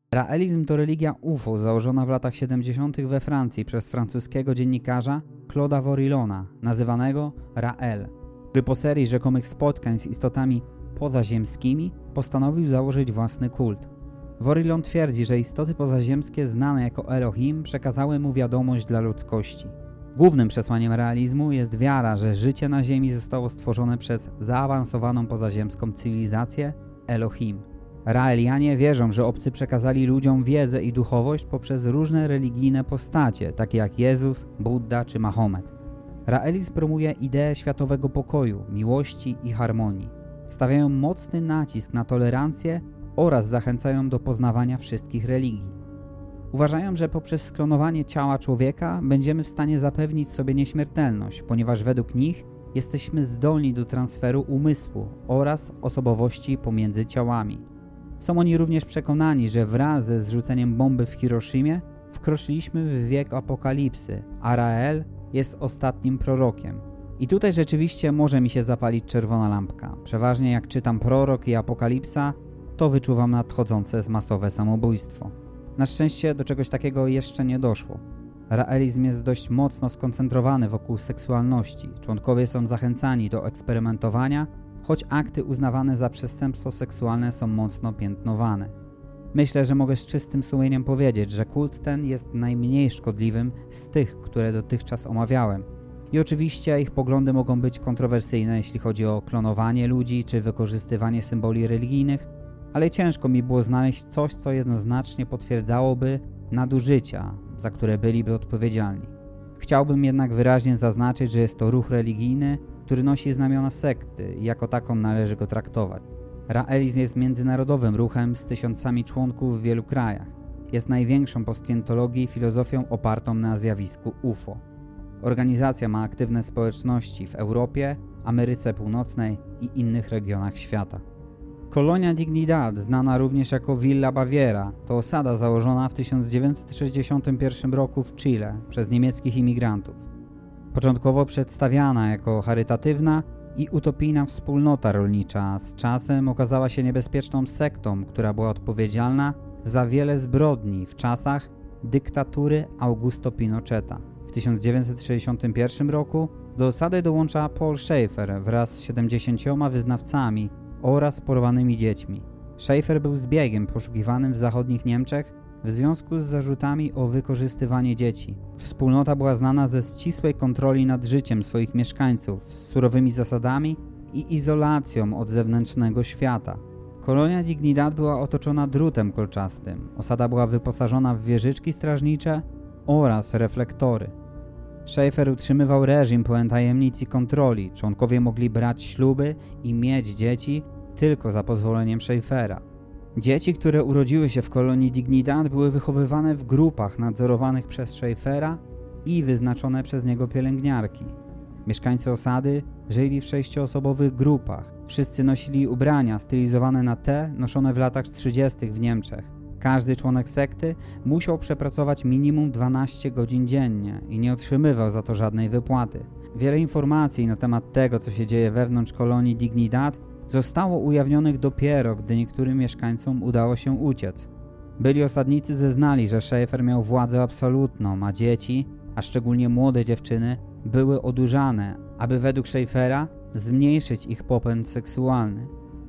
Raelizm to religia U F O założona w latach siedemdziesiątych we Francji przez francuskiego dziennikarza Claude'a Vorillona, nazywanego Rael, który po serii rzekomych spotkań z istotami pozaziemskimi postanowił założyć własny kult. Vorillon twierdzi, że istoty pozaziemskie znane jako Elohim przekazały mu wiadomość dla ludzkości. Głównym przesłaniem realizmu jest wiara, że życie na Ziemi zostało stworzone przez zaawansowaną pozaziemską cywilizację Elohim. Raelianie wierzą, że obcy przekazali ludziom wiedzę i duchowość poprzez różne religijne postacie, takie jak Jezus, Buddha czy Mahomet. Raelizm promuje ideę światowego pokoju, miłości i harmonii. Stawiają mocny nacisk na tolerancję oraz zachęcają do poznawania wszystkich religii. Uważają, że poprzez sklonowanie ciała człowieka będziemy w stanie zapewnić sobie nieśmiertelność, ponieważ według nich jesteśmy zdolni do transferu umysłu oraz osobowości pomiędzy ciałami. Są oni również przekonani, że wraz ze zrzuceniem bomby w Hiroshimie wkroczyliśmy w wiek apokalipsy, a Rael jest ostatnim prorokiem. I tutaj rzeczywiście może mi się zapalić czerwona lampka. Przeważnie jak czytam prorok i apokalipsa, to wyczuwam nadchodzące masowe samobójstwo. Na szczęście do czegoś takiego jeszcze nie doszło. Raelizm jest dość mocno skoncentrowany wokół seksualności. Członkowie są zachęcani do eksperymentowania, choć akty uznawane za przestępstwo seksualne są mocno piętnowane. Myślę, że mogę z czystym sumieniem powiedzieć, że kult ten jest najmniej szkodliwym z tych, które dotychczas omawiałem. I oczywiście ich poglądy mogą być kontrowersyjne, jeśli chodzi o klonowanie ludzi czy wykorzystywanie symboli religijnych, ale ciężko mi było znaleźć coś, co jednoznacznie potwierdzałoby nadużycia, za które byliby odpowiedzialni. Chciałbym jednak wyraźnie zaznaczyć, że jest to ruch religijny, który nosi znamiona sekty i jako taką należy go traktować. Raelizm jest międzynarodowym ruchem z tysiącami członków w wielu krajach. Jest największą po scjentologii filozofią opartą na zjawisku U F O. Organizacja ma aktywne społeczności w Europie, Ameryce Północnej i innych regionach świata. Kolonia Dignidad, znana również jako Villa Baviera, to osada założona w tysiąc dziewięćset sześćdziesiątym pierwszym roku w Chile przez niemieckich imigrantów. Początkowo przedstawiana jako charytatywna i utopijna wspólnota rolnicza, z czasem okazała się niebezpieczną sektą, która była odpowiedzialna za wiele zbrodni w czasach dyktatury Augusto Pinocheta. W tysiąc dziewięćset sześćdziesiątym pierwszym roku do osady dołącza Paul Schaefer wraz z siedemdziesięcioma wyznawcami oraz porwanymi dziećmi. Schaefer był zbiegiem poszukiwanym w zachodnich Niemczech w związku z zarzutami o wykorzystywanie dzieci. Wspólnota była znana ze ścisłej kontroli nad życiem swoich mieszkańców, z surowymi zasadami i izolacją od zewnętrznego świata. Kolonia Dignidad była otoczona drutem kolczastym. Osada była wyposażona w wieżyczki strażnicze oraz reflektory. Schaefer utrzymywał reżim pełen tajemnic i kontroli. Członkowie mogli brać śluby i mieć dzieci tylko za pozwoleniem Schaefera. Dzieci, które urodziły się w kolonii Dignidad, były wychowywane w grupach nadzorowanych przez Schaefera i wyznaczone przez niego pielęgniarki. Mieszkańcy osady żyli w sześcioosobowych grupach. Wszyscy nosili ubrania stylizowane na te noszone w latach trzydziestych w Niemczech. Każdy członek sekty musiał przepracować minimum dwanaście godzin dziennie i nie otrzymywał za to żadnej wypłaty. Wiele informacji na temat tego, co się dzieje wewnątrz kolonii Dignidad, zostało ujawnionych dopiero, gdy niektórym mieszkańcom udało się uciec. Byli osadnicy zeznali, że Schaefer miał władzę absolutną, a dzieci, a szczególnie młode dziewczyny, były odurzane, aby według Schaefera zmniejszyć ich popęd seksualny.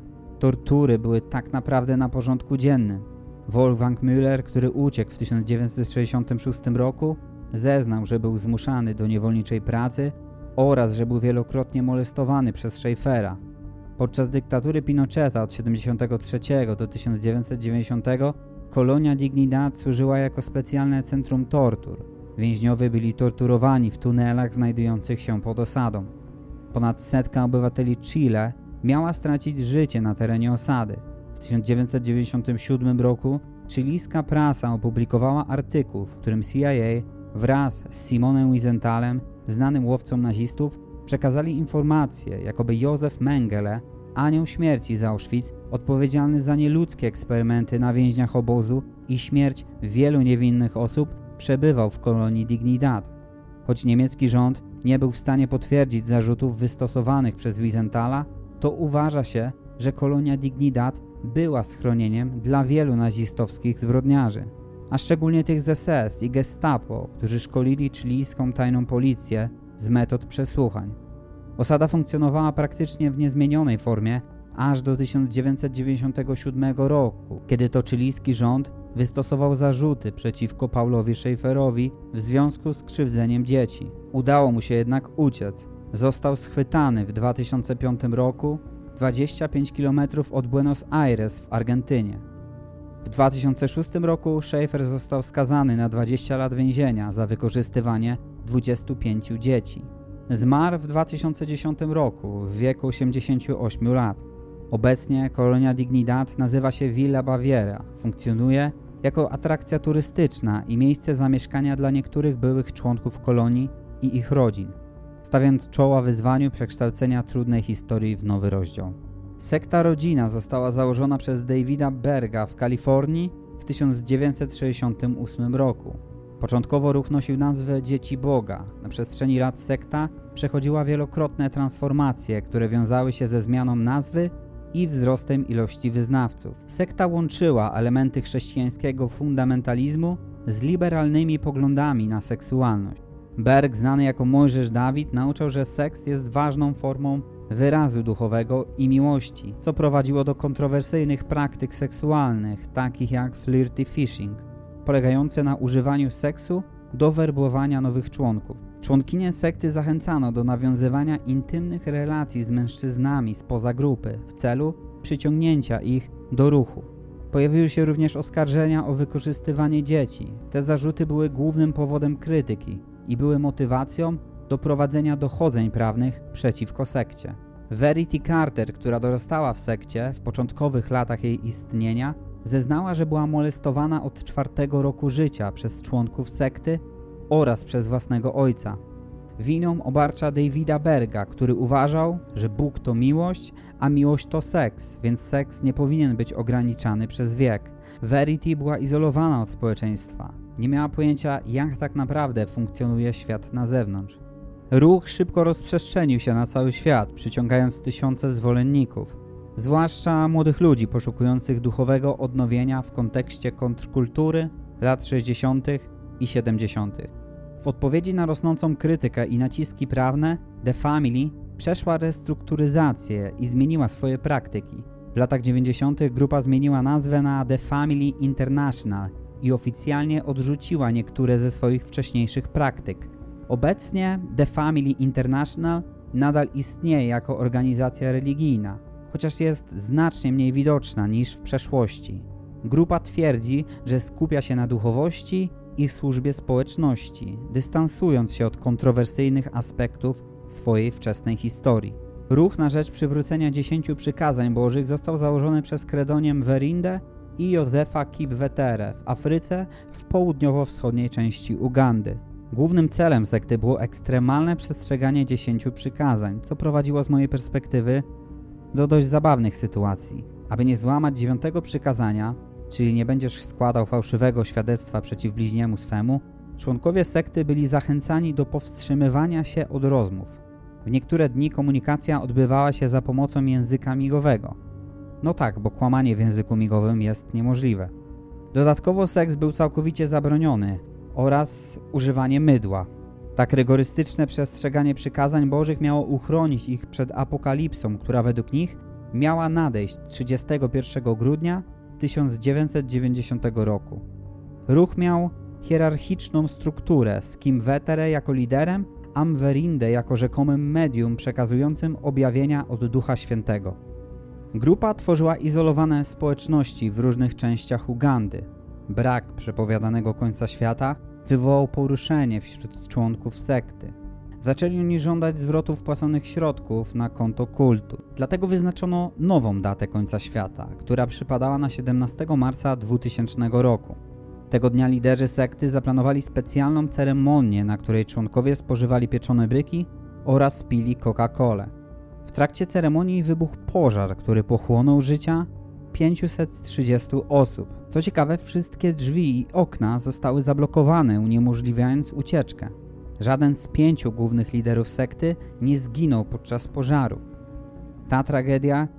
Tortury były tak naprawdę na porządku dziennym. Wolfgang Müller, który uciekł w tysiąc dziewięćset sześćdziesiątym szóstym roku, zeznał, że był zmuszany do niewolniczej pracy oraz że był wielokrotnie molestowany przez Schaefera. Podczas dyktatury Pinocheta od siedemdziesiątego trzeciego do tysiąc dziewięćset dziewięćdziesiątego kolonia Dignidad służyła jako specjalne centrum tortur. Więźniowie byli torturowani w tunelach znajdujących się pod osadą. Ponad setka obywateli Chile miała stracić życie na terenie osady. W tysiąc dziewięćset dziewięćdziesiątym siódmym roku chilijska prasa opublikowała artykuł, w którym C I A wraz z Simonem Wiesenthalem, znanym łowcą nazistów, przekazali informacje, jakoby Józef Mengele, anioł śmierci z Auschwitz, odpowiedzialny za nieludzkie eksperymenty na więźniach obozu i śmierć wielu niewinnych osób, przebywał w kolonii Dignidad. Choć niemiecki rząd nie był w stanie potwierdzić zarzutów wystosowanych przez Wiesenthala, to uważa się, że kolonia Dignidad była schronieniem dla wielu nazistowskich zbrodniarzy, a szczególnie tych z S S i Gestapo, którzy szkolili chilijską tajną policję z metod przesłuchań. Osada funkcjonowała praktycznie w niezmienionej formie aż do tysiąc dziewięćset dziewięćdziesiątego siódmego roku, kiedy to chilijski rząd wystosował zarzuty przeciwko Paulowi Schaeferowi w związku z krzywdzeniem dzieci. Udało mu się jednak uciec. Został schwytany w dwa tysiące piątym roku dwadzieścia pięć kilometrów od Buenos Aires w Argentynie. W dwa tysiące szóstym roku Schaefer został skazany na dwadzieścia lat więzienia za wykorzystywanie dwudziestu pięciu dzieci. Zmarł w dwa tysiące dziesiątym roku w wieku osiemdziesięciu ośmiu lat. Obecnie kolonia Dignidad nazywa się Villa Baviera. Funkcjonuje jako atrakcja turystyczna i miejsce zamieszkania dla niektórych byłych członków kolonii i ich rodzin, stawiając czoła wyzwaniu przekształcenia trudnej historii w nowy rozdział. Sekta Rodzina została założona przez Davida Berga w Kalifornii w tysiąc dziewięćset sześćdziesiątym ósmym roku. Początkowo ruch nosił nazwę Dzieci Boga. Na przestrzeni lat sekta przechodziła wielokrotne transformacje, które wiązały się ze zmianą nazwy i wzrostem ilości wyznawców. Sekta łączyła elementy chrześcijańskiego fundamentalizmu z liberalnymi poglądami na seksualność. Berg, znany jako Mojżesz Dawid, nauczał, że seks jest ważną formą wyrazu duchowego i miłości, co prowadziło do kontrowersyjnych praktyk seksualnych, takich jak flirty fishing, polegające na używaniu seksu do werbowania nowych członków. Członkinie sekty zachęcano do nawiązywania intymnych relacji z mężczyznami spoza grupy w celu przyciągnięcia ich do ruchu. Pojawiły się również oskarżenia o wykorzystywanie dzieci. Te zarzuty były głównym powodem krytyki i były motywacją do prowadzenia dochodzeń prawnych przeciwko sekcie. Verity Carter, która dorastała w sekcie w początkowych latach jej istnienia, zeznała, że była molestowana od czwartego roku życia przez członków sekty oraz przez własnego ojca. Winą obarcza Davida Berga, który uważał, że Bóg to miłość, a miłość to seks, więc seks nie powinien być ograniczany przez wiek. Verity była izolowana od społeczeństwa. Nie miała pojęcia, jak tak naprawdę funkcjonuje świat na zewnątrz. Ruch szybko rozprzestrzenił się na cały świat, przyciągając tysiące zwolenników, zwłaszcza młodych ludzi poszukujących duchowego odnowienia w kontekście kontrkultury lat sześćdziesiątych i siedemdziesiątych. W odpowiedzi na rosnącą krytykę i naciski prawne, The Family przeszła restrukturyzację i zmieniła swoje praktyki. W latach dziewięćdziesiątych grupa zmieniła nazwę na The Family International i oficjalnie odrzuciła niektóre ze swoich wcześniejszych praktyk. Obecnie The Family International nadal istnieje jako organizacja religijna, chociaż jest znacznie mniej widoczna niż w przeszłości. Grupa twierdzi, że skupia się na duchowości i służbie społeczności, dystansując się od kontrowersyjnych aspektów swojej wczesnej historii. Ruch na rzecz przywrócenia dziesięciu przykazań bożych został założony przez Credoniem Werinde i Józefa Kibwetere w Afryce w południowo-wschodniej części Ugandy. Głównym celem sekty było ekstremalne przestrzeganie dziesięciu przykazań, co prowadziło z mojej perspektywy do dość zabawnych sytuacji. Aby nie złamać dziewiątego przykazania, czyli nie będziesz składał fałszywego świadectwa przeciw bliźniemu swemu, członkowie sekty byli zachęcani do powstrzymywania się od rozmów. W niektóre dni komunikacja odbywała się za pomocą języka migowego. No tak, bo kłamanie w języku migowym jest niemożliwe. Dodatkowo seks był całkowicie zabroniony oraz używanie mydła. Tak rygorystyczne przestrzeganie przykazań bożych miało uchronić ich przed apokalipsą, która według nich miała nadejść trzydziestego pierwszego grudnia tysiąc dziewięćset dziewięćdziesiątego roku. Ruch miał hierarchiczną strukturę z Kibwetere jako liderem, a Werinde jako rzekomym medium przekazującym objawienia od Ducha Świętego. Grupa tworzyła izolowane społeczności w różnych częściach Ugandy. Brak przepowiadanego końca świata wywołał poruszenie wśród członków sekty. Zaczęli oni żądać zwrotu wpłaconych środków na konto kultu. Dlatego wyznaczono nową datę końca świata, która przypadała na siedemnastego marca dwutysięcznego roku. Tego dnia liderzy sekty zaplanowali specjalną ceremonię, na której członkowie spożywali pieczone byki oraz pili Coca-Colę. W trakcie ceremonii wybuchł pożar, który pochłonął życia pięciuset trzydziestu osób. Co ciekawe, wszystkie drzwi i okna zostały zablokowane, uniemożliwiając ucieczkę. Żaden z pięciu głównych liderów sekty nie zginął podczas pożaru. Ta tragedia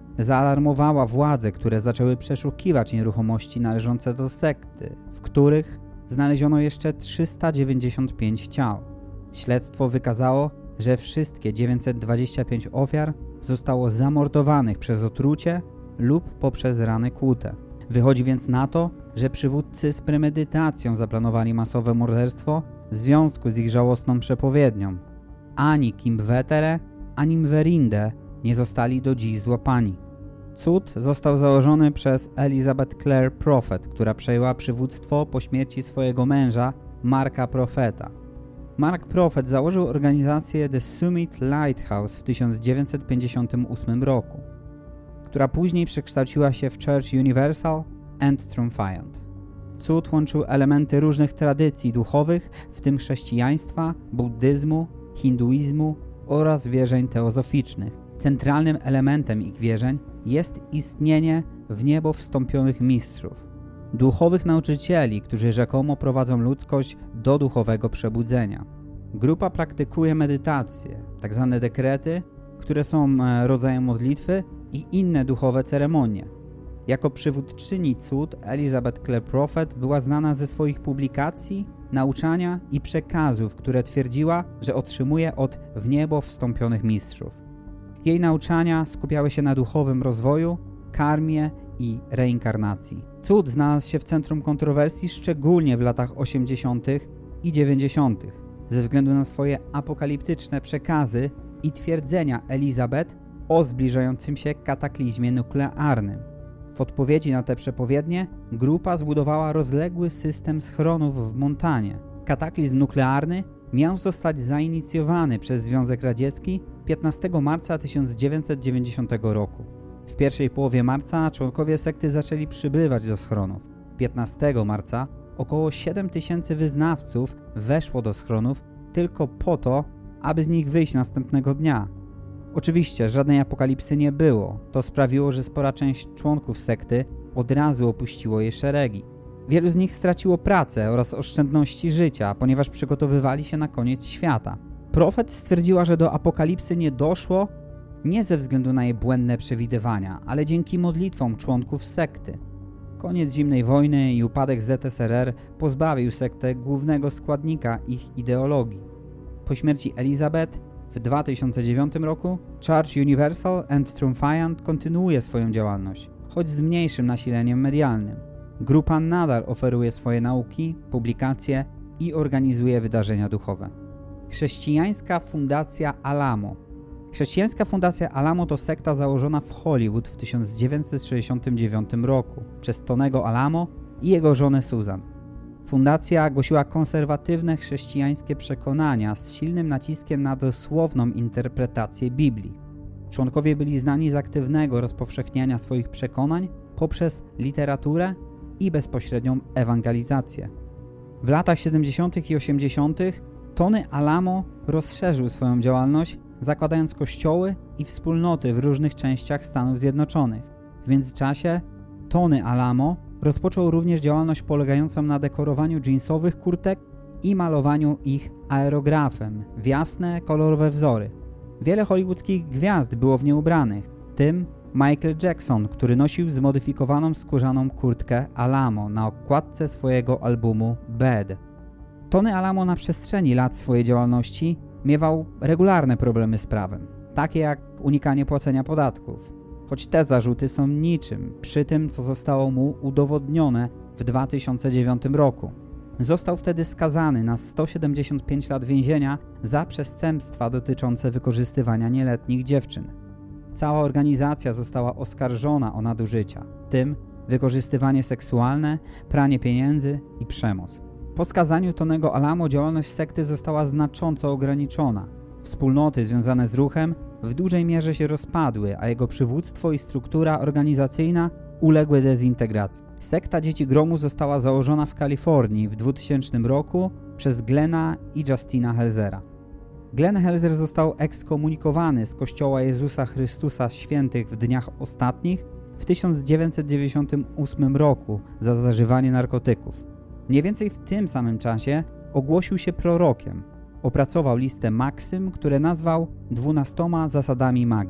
Zaalarmowała władze, które zaczęły przeszukiwać nieruchomości należące do sekty, w których znaleziono jeszcze trzysta dziewięćdziesiąt pięć ciał. Śledztwo wykazało, że wszystkie dziewięćset dwadzieścia pięć ofiar zostało zamordowanych przez otrucie lub poprzez rany kłute. Wychodzi więc na to, że przywódcy z premedytacją zaplanowali masowe morderstwo w związku z ich żałosną przepowiednią. Ani Kimvetere, ani Mwerinde nie zostali do dziś złapani. Cud został założony przez Elizabeth Clare Prophet, która przejęła przywództwo po śmierci swojego męża, Marka Propheta. Mark Prophet założył organizację The Summit Lighthouse w tysiąc dziewięćset pięćdziesiątym ósmym roku, która później przekształciła się w Church Universal and Triumphant. Cud łączył elementy różnych tradycji duchowych, w tym chrześcijaństwa, buddyzmu, hinduizmu oraz wierzeń teozoficznych. Centralnym elementem ich wierzeń jest istnienie w niebo wstąpionych mistrzów, duchowych nauczycieli, którzy rzekomo prowadzą ludzkość do duchowego przebudzenia. Grupa praktykuje medytację, tzw. dekrety, które są rodzajem modlitwy i inne duchowe ceremonie. Jako przywódczyni cud Elizabeth Clare Prophet była znana ze swoich publikacji, nauczania i przekazów, które twierdziła, że otrzymuje od w niebo wstąpionych mistrzów. Jej nauczania skupiały się na duchowym rozwoju, karmie i reinkarnacji. Cud znalazł się w centrum kontrowersji szczególnie w latach osiemdziesiątych i dziewięćdziesiątych ze względu na swoje apokaliptyczne przekazy i twierdzenia Elizabeth o zbliżającym się kataklizmie nuklearnym. W odpowiedzi na te przepowiednie grupa zbudowała rozległy system schronów w Montanie. Kataklizm nuklearny miał zostać zainicjowany przez Związek Radziecki piętnastego marca tysiąc dziewięćset dziewięćdziesiątego roku. W pierwszej połowie marca członkowie sekty zaczęli przybywać do schronów. piętnastego marca około siedem tysięcy wyznawców weszło do schronów tylko po to, aby z nich wyjść następnego dnia. Oczywiście żadnej apokalipsy nie było. To sprawiło, że spora część członków sekty od razu opuściło jej szeregi. Wielu z nich straciło pracę oraz oszczędności życia, ponieważ przygotowywali się na koniec świata. Prophet stwierdziła, że do apokalipsy nie doszło nie ze względu na jej błędne przewidywania, ale dzięki modlitwom członków sekty. Koniec zimnej wojny i upadek Z S R R pozbawił sektę głównego składnika ich ideologii. Po śmierci Elizabeth w dwa tysiące dziewiątym roku Church Universal and Triumphant kontynuuje swoją działalność, choć z mniejszym nasileniem medialnym. Grupa nadal oferuje swoje nauki, publikacje i organizuje wydarzenia duchowe. Chrześcijańska Fundacja Alamo. Chrześcijańska Fundacja Alamo to sekta założona w Hollywood w tysiąc dziewięćset sześćdziesiątym dziewiątym roku przez Tonego Alamo i jego żonę Susan. Fundacja głosiła konserwatywne chrześcijańskie przekonania z silnym naciskiem na dosłowną interpretację Biblii. Członkowie byli znani z aktywnego rozpowszechniania swoich przekonań poprzez literaturę i bezpośrednią ewangelizację. W latach siedemdziesiątych i osiemdziesiątych Tony Alamo rozszerzył swoją działalność, zakładając kościoły i wspólnoty w różnych częściach Stanów Zjednoczonych. W międzyczasie Tony Alamo rozpoczął również działalność polegającą na dekorowaniu jeansowych kurtek i malowaniu ich aerografem w jasne, kolorowe wzory. Wiele hollywoodzkich gwiazd było w nie ubranych, w tym Michael Jackson, który nosił zmodyfikowaną skórzaną kurtkę Alamo na okładce swojego albumu Bad. Tony Alamo na przestrzeni lat swojej działalności miewał regularne problemy z prawem, takie jak unikanie płacenia podatków, choć te zarzuty są niczym przy tym, co zostało mu udowodnione w dwa tysiące dziewiątym roku. Został wtedy skazany na sto siedemdziesiąt pięć lat więzienia za przestępstwa dotyczące wykorzystywania nieletnich dziewczyn. Cała organizacja została oskarżona o nadużycia, w tym wykorzystywanie seksualne, pranie pieniędzy i przemoc. Po skazaniu Tonego Alamo działalność sekty została znacząco ograniczona. Wspólnoty związane z ruchem w dużej mierze się rozpadły, a jego przywództwo i struktura organizacyjna uległy dezintegracji. Sekta Dzieci Gromu została założona w Kalifornii w dwutysięcznym roku przez Glena i Justina Helzera. Glenn Helzer został ekskomunikowany z Kościoła Jezusa Chrystusa Świętych w Dniach Ostatnich w tysiąc dziewięćset dziewięćdziesiątym ósmym roku za zażywanie narkotyków. Mniej więcej w tym samym czasie ogłosił się prorokiem. Opracował listę maksym, które nazwał dwunastoma zasadami magii.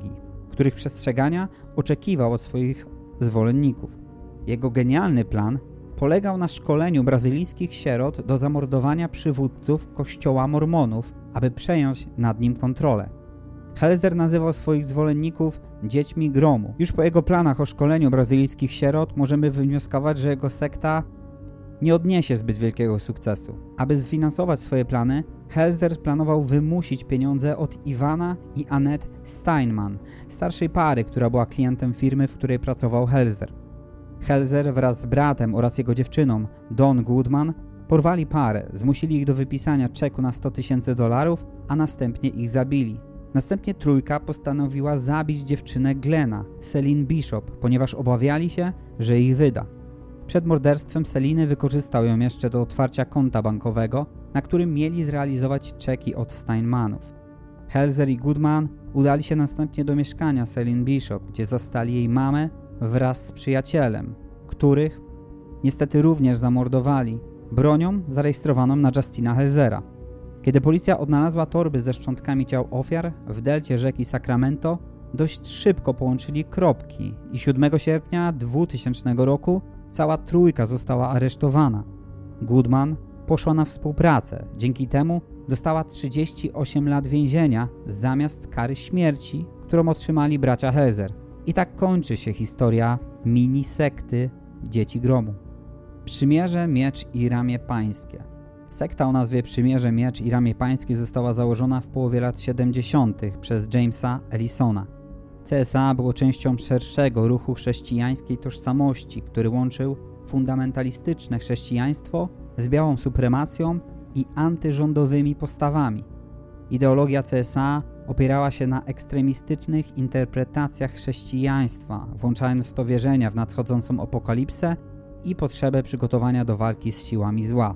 których przestrzegania oczekiwał od swoich zwolenników. Jego genialny plan polegał na szkoleniu brazylijskich sierot do zamordowania przywódców kościoła mormonów, aby przejąć nad nim kontrolę. Helzer nazywał swoich zwolenników dziećmi gromu. Już po jego planach o szkoleniu brazylijskich sierot możemy wywnioskować, że jego sekta nie odniesie zbyt wielkiego sukcesu. Aby sfinansować swoje plany, Helzer planował wymusić pieniądze od Iwana i Annette Steinman, starszej pary, która była klientem firmy, w której pracował Helzer. Helzer wraz z bratem oraz jego dziewczyną, Dawn Goodman, porwali parę, zmusili ich do wypisania czeku na sto tysięcy dolarów, a następnie ich zabili. Następnie trójka postanowiła zabić dziewczynę Glena, Celine Bishop, ponieważ obawiali się, że ich wyda. Przed morderstwem Celiny wykorzystał ją jeszcze do otwarcia konta bankowego, na którym mieli zrealizować czeki od Steinmanów. Helzer i Goodman udali się następnie do mieszkania Celine Bishop, gdzie zastali jej mamę wraz z przyjacielem, których niestety również zamordowali bronią zarejestrowaną na Justina Helzera. Kiedy policja odnalazła torby ze szczątkami ciał ofiar w delcie rzeki Sacramento, dość szybko połączyli kropki i siódmego sierpnia dwutysięcznego roku cała trójka została aresztowana. Goodman poszła na współpracę, dzięki temu dostała trzydzieści osiem lat więzienia zamiast kary śmierci, którą otrzymali bracia Helzer. I tak kończy się historia mini sekty Dzieci Gromu. Przymierze, Miecz i Ramię Pańskie. Sekta o nazwie Przymierze, Miecz i Ramię Pańskie została założona w połowie lat siedemdziesiątych przez Jamesa Ellisona. C S A było częścią szerszego ruchu chrześcijańskiej tożsamości, który łączył fundamentalistyczne chrześcijaństwo z białą supremacją i antyrządowymi postawami. Ideologia C S A opierała się na ekstremistycznych interpretacjach chrześcijaństwa, włączając w to wierzenia w nadchodzącą apokalipsę i potrzebę przygotowania do walki z siłami zła.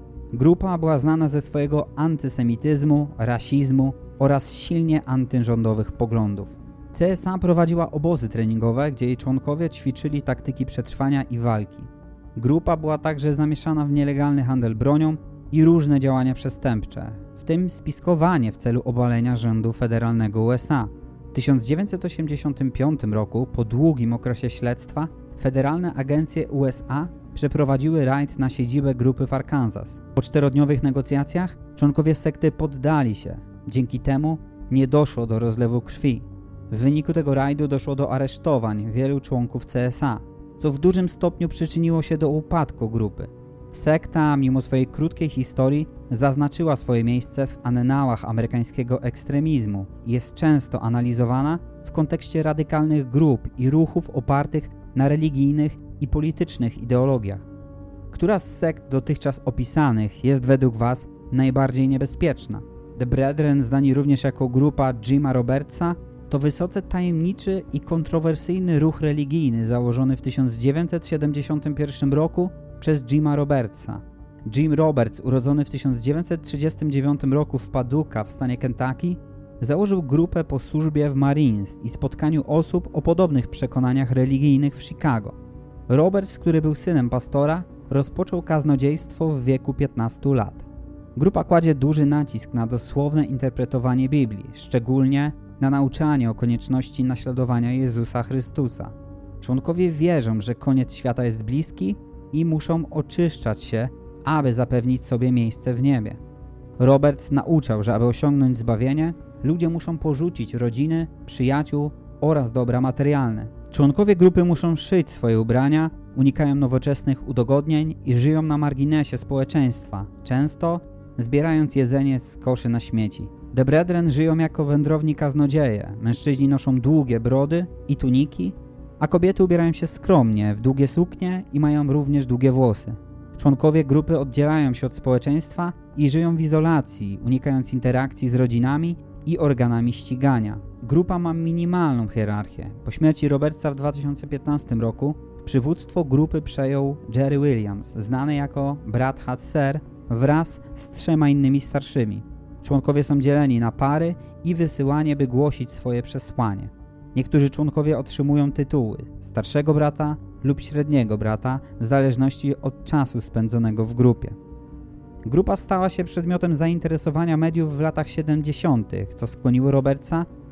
Grupa była znana ze swojego antysemityzmu, rasizmu oraz silnie antyrządowych poglądów. C S A prowadziła obozy treningowe, gdzie jej członkowie ćwiczyli taktyki przetrwania i walki. Grupa była także zamieszana w nielegalny handel bronią i różne działania przestępcze, w tym spiskowanie w celu obalenia rządu federalnego U S A. W tysiąc dziewięćset osiemdziesiątym piątym roku, po długim okresie śledztwa, federalne agencje U S A przeprowadziły rajd na siedzibę grupy w Arkansas. Po czterodniowych negocjacjach członkowie sekty poddali się. Dzięki temu nie doszło do rozlewu krwi. W wyniku tego rajdu doszło do aresztowań wielu członków C S A, co w dużym stopniu przyczyniło się do upadku grupy. Sekta, mimo swojej krótkiej historii, zaznaczyła swoje miejsce w annałach amerykańskiego ekstremizmu i jest często analizowana w kontekście radykalnych grup i ruchów opartych na religijnych i politycznych ideologiach. Która z sekt dotychczas opisanych jest według Was najbardziej niebezpieczna? The Brethren, znani również jako grupa Jima Robertsa, to wysoce tajemniczy i kontrowersyjny ruch religijny założony w tysiąc dziewięćset siedemdziesiątym pierwszym roku przez Jima Robertsa. Jim Roberts, urodzony w tysiąc dziewięćset trzydziestym dziewiątym roku w Paducah w stanie Kentucky, założył grupę po służbie w Marines i spotkaniu osób o podobnych przekonaniach religijnych w Chicago. Roberts, który był synem pastora, rozpoczął kaznodziejstwo w wieku piętnastu lat. Grupa kładzie duży nacisk na dosłowne interpretowanie Biblii, szczególnie na nauczanie o konieczności naśladowania Jezusa Chrystusa. Członkowie wierzą, że koniec świata jest bliski i muszą oczyszczać się, aby zapewnić sobie miejsce w niebie. Roberts nauczał, że aby osiągnąć zbawienie, ludzie muszą porzucić rodziny, przyjaciół oraz dobra materialne. Członkowie grupy muszą szyć swoje ubrania, unikają nowoczesnych udogodnień i żyją na marginesie społeczeństwa, często zbierając jedzenie z koszy na śmieci. The Brethren żyją jako wędrowni kaznodzieje. Mężczyźni noszą długie brody i tuniki, a kobiety ubierają się skromnie, w długie suknie i mają również długie włosy. Członkowie grupy oddzielają się od społeczeństwa i żyją w izolacji, unikając interakcji z rodzinami i organami ścigania. Grupa ma minimalną hierarchię. Po śmierci Robertsa w dwa tysiące piętnastym roku przywództwo grupy przejął Jerry Williams, znany jako brat Hatser, wraz z trzema innymi starszymi. Członkowie są dzieleni na pary i wysyłani, by głosić swoje przesłanie. Niektórzy członkowie otrzymują tytuły starszego brata lub średniego brata w zależności od czasu spędzonego w grupie. Grupa stała się przedmiotem zainteresowania mediów w latach siedemdziesiątych, co skłoniło Robertsa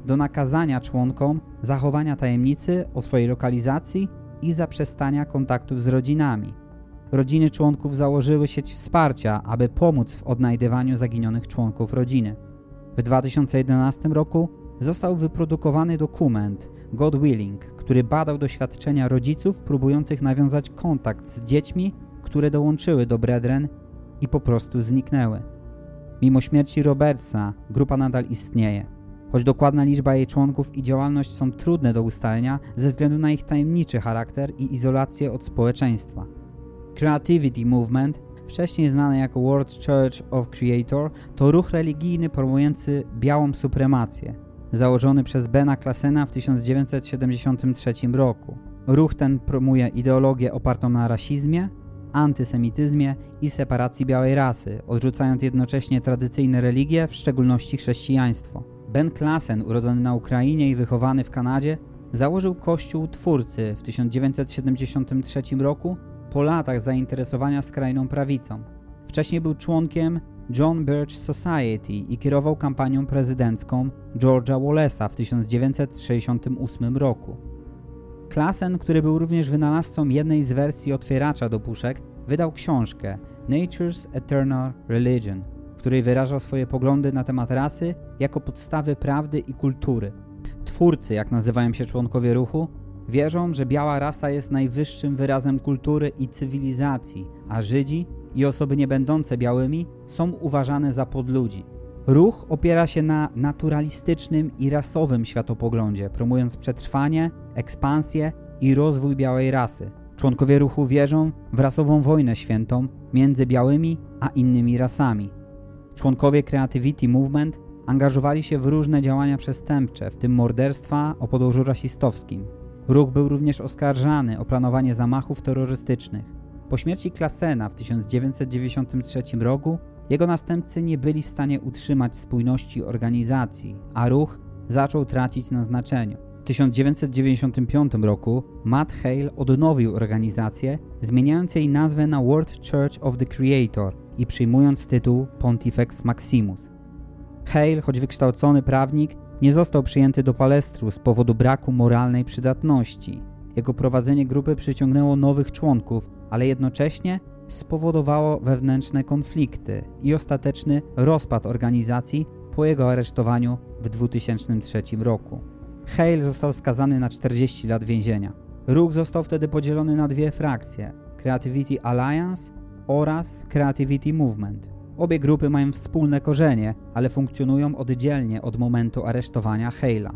do nakazania członkom zachowania tajemnicy o swojej lokalizacji i zaprzestania kontaktów z rodzinami. Rodziny członków założyły sieć wsparcia, aby pomóc w odnajdywaniu zaginionych członków rodziny. W dwa tysiące jedenastym roku został wyprodukowany dokument God Willing, który badał doświadczenia rodziców próbujących nawiązać kontakt z dziećmi, które dołączyły do Brethren i po prostu zniknęły. Mimo śmierci Robertsa grupa nadal istnieje, choć dokładna liczba jej członków i działalność są trudne do ustalenia ze względu na ich tajemniczy charakter i izolację od społeczeństwa. Creativity Movement, wcześniej znany jako World Church of Creator, to ruch religijny promujący białą supremację, założony przez Bena Klassena w tysiąc dziewięćset siedemdziesiątym trzecim roku. Ruch ten promuje ideologię opartą na rasizmie, antysemityzmie i separacji białej rasy, odrzucając jednocześnie tradycyjne religie, w szczególności chrześcijaństwo. Ben Klassen, urodzony na Ukrainie i wychowany w Kanadzie, założył Kościół Twórcy w tysiąc dziewięćset siedemdziesiątym trzecim roku po latach zainteresowania skrajną prawicą. Wcześniej był członkiem John Birch Society i kierował kampanią prezydencką George'a Wallace'a w tysiąc dziewięćset sześćdziesiątym ósmym roku. Klassen, który był również wynalazcą jednej z wersji otwieracza do puszek, wydał książkę Nature's Eternal Religion, w której wyrażał swoje poglądy na temat rasy jako podstawy prawdy i kultury. Twórcy, jak nazywają się członkowie ruchu, wierzą, że biała rasa jest najwyższym wyrazem kultury i cywilizacji, a Żydzi i osoby niebędące białymi są uważane za podludzi. Ruch opiera się na naturalistycznym i rasowym światopoglądzie, promując przetrwanie, ekspansję i rozwój białej rasy. Członkowie ruchu wierzą w rasową wojnę świętą między białymi a innymi rasami. Członkowie Creativity Movement angażowali się w różne działania przestępcze, w tym morderstwa o podłożu rasistowskim. Ruch był również oskarżany o planowanie zamachów terrorystycznych. Po śmierci Klassena w tysiąc dziewięćset dziewięćdziesiątym trzecim roku jego następcy nie byli w stanie utrzymać spójności organizacji, a ruch zaczął tracić na znaczeniu. W tysiąc dziewięćset dziewięćdziesiątym piątym roku Matt Hale odnowił organizację, zmieniając jej nazwę na World Church of the Creator i przyjmując tytuł Pontifex Maximus. Hale, choć wykształcony prawnik, nie został przyjęty do palestru z powodu braku moralnej przydatności. Jego prowadzenie grupy przyciągnęło nowych członków, ale jednocześnie spowodowało wewnętrzne konflikty i ostateczny rozpad organizacji po jego aresztowaniu w dwutysięcznym trzecim roku. Hale został skazany na czterdzieści lat więzienia. Ruch został wtedy podzielony na dwie frakcje – Creativity Alliance oraz Creativity Movement. Obie grupy mają wspólne korzenie, ale funkcjonują oddzielnie od momentu aresztowania Hale'a.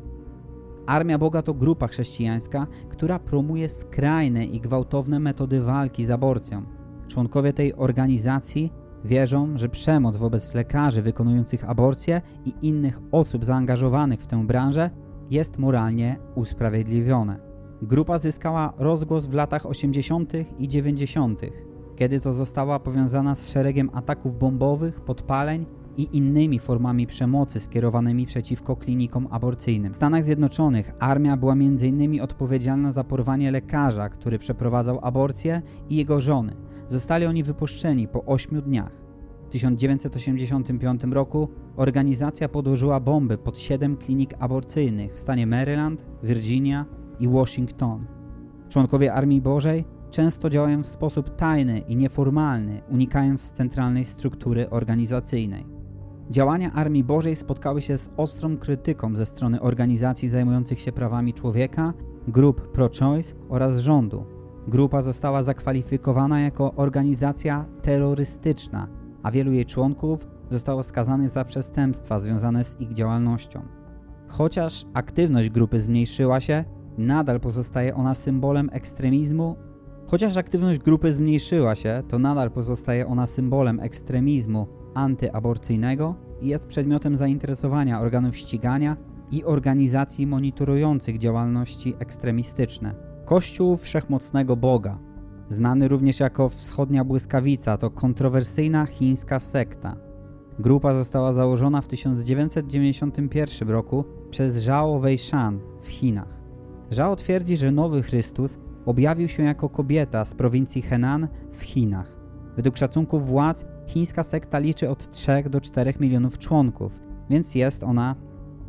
Armia Boga to grupa chrześcijańska, która promuje skrajne i gwałtowne metody walki z aborcją. Członkowie tej organizacji wierzą, że przemoc wobec lekarzy wykonujących aborcję i innych osób zaangażowanych w tę branżę jest moralnie usprawiedliwione. Grupa zyskała rozgłos w latach osiemdziesiątych i dziewięćdziesiątych, kiedy to została powiązana z szeregiem ataków bombowych, podpaleń i innymi formami przemocy skierowanymi przeciwko klinikom aborcyjnym. W Stanach Zjednoczonych armia była między innymi odpowiedzialna za porwanie lekarza, który przeprowadzał aborcję, i jego żony. Zostali oni wypuszczeni po ośmiu dniach. W tysiąc dziewięćset osiemdziesiątym piątym roku organizacja podłożyła bomby pod siedem klinik aborcyjnych w stanie Maryland, Virginia i Washington. Członkowie Armii Bożej często działają w sposób tajny i nieformalny, unikając centralnej struktury organizacyjnej. Działania Armii Bożej spotkały się z ostrą krytyką ze strony organizacji zajmujących się prawami człowieka, grup pro-choice oraz rządu. Grupa została zakwalifikowana jako organizacja terrorystyczna, a wielu jej członków zostało skazanych za przestępstwa związane z ich działalnością. Chociaż aktywność grupy zmniejszyła się, nadal pozostaje ona symbolem ekstremizmu Chociaż aktywność grupy zmniejszyła się, to nadal pozostaje ona symbolem ekstremizmu antyaborcyjnego i jest przedmiotem zainteresowania organów ścigania i organizacji monitorujących działalności ekstremistyczne. Kościół Wszechmocnego Boga, znany również jako Wschodnia Błyskawica, to kontrowersyjna chińska sekta. Grupa została założona w tysiąc dziewięćset dziewięćdziesiątym pierwszym roku przez Zhao Weishan w Chinach. Zhao twierdzi, że nowy Chrystus objawił się jako kobieta z prowincji Henan w Chinach. Według szacunków władz chińska sekta liczy od trzech do czterech milionów członków, więc jest ona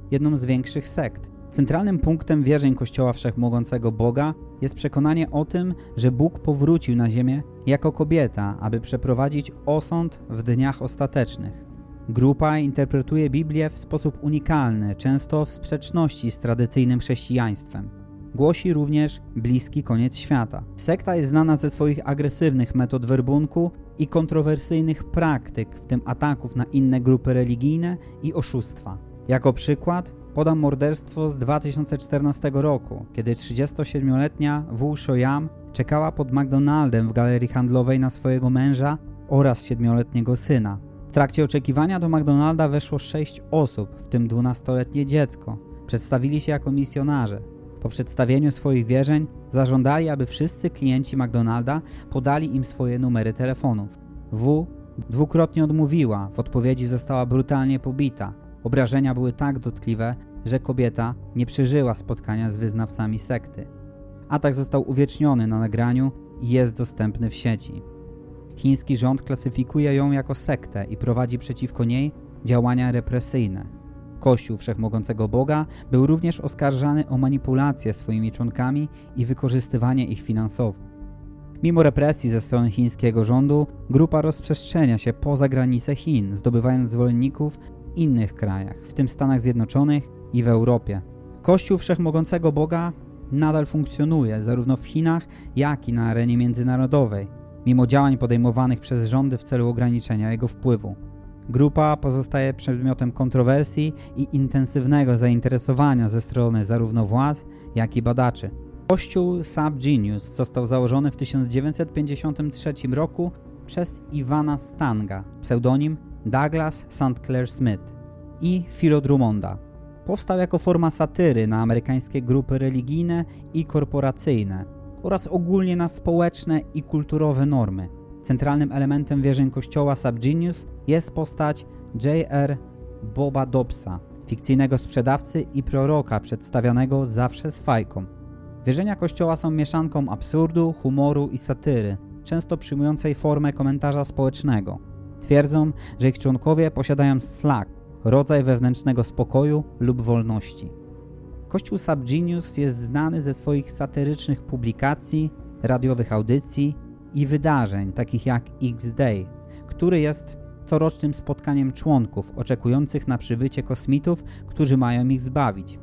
jedną z większych sekt. Centralnym punktem wierzeń Kościoła Wszechmogącego Boga jest przekonanie o tym, że Bóg powrócił na ziemię jako kobieta, aby przeprowadzić osąd w dniach ostatecznych. Grupa interpretuje Biblię w sposób unikalny, często w sprzeczności z tradycyjnym chrześcijaństwem. Głosi również bliski koniec świata. Sekta jest znana ze swoich agresywnych metod werbunku i kontrowersyjnych praktyk, w tym ataków na inne grupy religijne i oszustwa. Jako przykład podam morderstwo z dwa tysiące czternastego roku, kiedy trzydziestosiedmioletnia Wu Shoyam czekała pod McDonaldem w galerii handlowej na swojego męża oraz siedmioletniego syna. W trakcie oczekiwania do McDonalda weszło sześć osób, w tym dwunastoletnie dziecko. Przedstawili się jako misjonarze. Po przedstawieniu swoich wierzeń zażądali, aby wszyscy klienci McDonalda podali im swoje numery telefonów. Wu dwukrotnie odmówiła, w odpowiedzi została brutalnie pobita. Obrażenia były tak dotkliwe, że kobieta nie przeżyła spotkania z wyznawcami sekty. Atak został uwieczniony na nagraniu i jest dostępny w sieci. Chiński rząd klasyfikuje ją jako sektę i prowadzi przeciwko niej działania represyjne. Kościół Wszechmogącego Boga był również oskarżany o manipulację swoimi członkami i wykorzystywanie ich finansowo. Mimo represji ze strony chińskiego rządu, grupa rozprzestrzenia się poza granice Chin, zdobywając zwolenników w innych krajach, w tym Stanach Zjednoczonych i w Europie. Kościół Wszechmogącego Boga nadal funkcjonuje zarówno w Chinach, jak i na arenie międzynarodowej, mimo działań podejmowanych przez rządy w celu ograniczenia jego wpływu. Grupa pozostaje przedmiotem kontrowersji i intensywnego zainteresowania ze strony zarówno władz, jak i badaczy. Kościół Subgenius został założony w tysiąc dziewięćset pięćdziesiątym trzecim roku przez Ivana Stanga, pseudonim Douglas Saint Clair Smith i Philo Drummonda. Powstał jako forma satyry na amerykańskie grupy religijne i korporacyjne oraz ogólnie na społeczne i kulturowe normy. Centralnym elementem wierzeń kościoła Subgenius jest postać J R Boba Dobbsa, fikcyjnego sprzedawcy i proroka przedstawianego zawsze z fajką. Wierzenia kościoła są mieszanką absurdu, humoru i satyry, często przyjmującej formę komentarza społecznego. Twierdzą, że ich członkowie posiadają slack, rodzaj wewnętrznego spokoju lub wolności. Kościół Subgenius jest znany ze swoich satyrycznych publikacji, radiowych audycji i wydarzeń, takich jak X-Day, który jest corocznym spotkaniem członków oczekujących na przybycie kosmitów, którzy mają ich zbawić.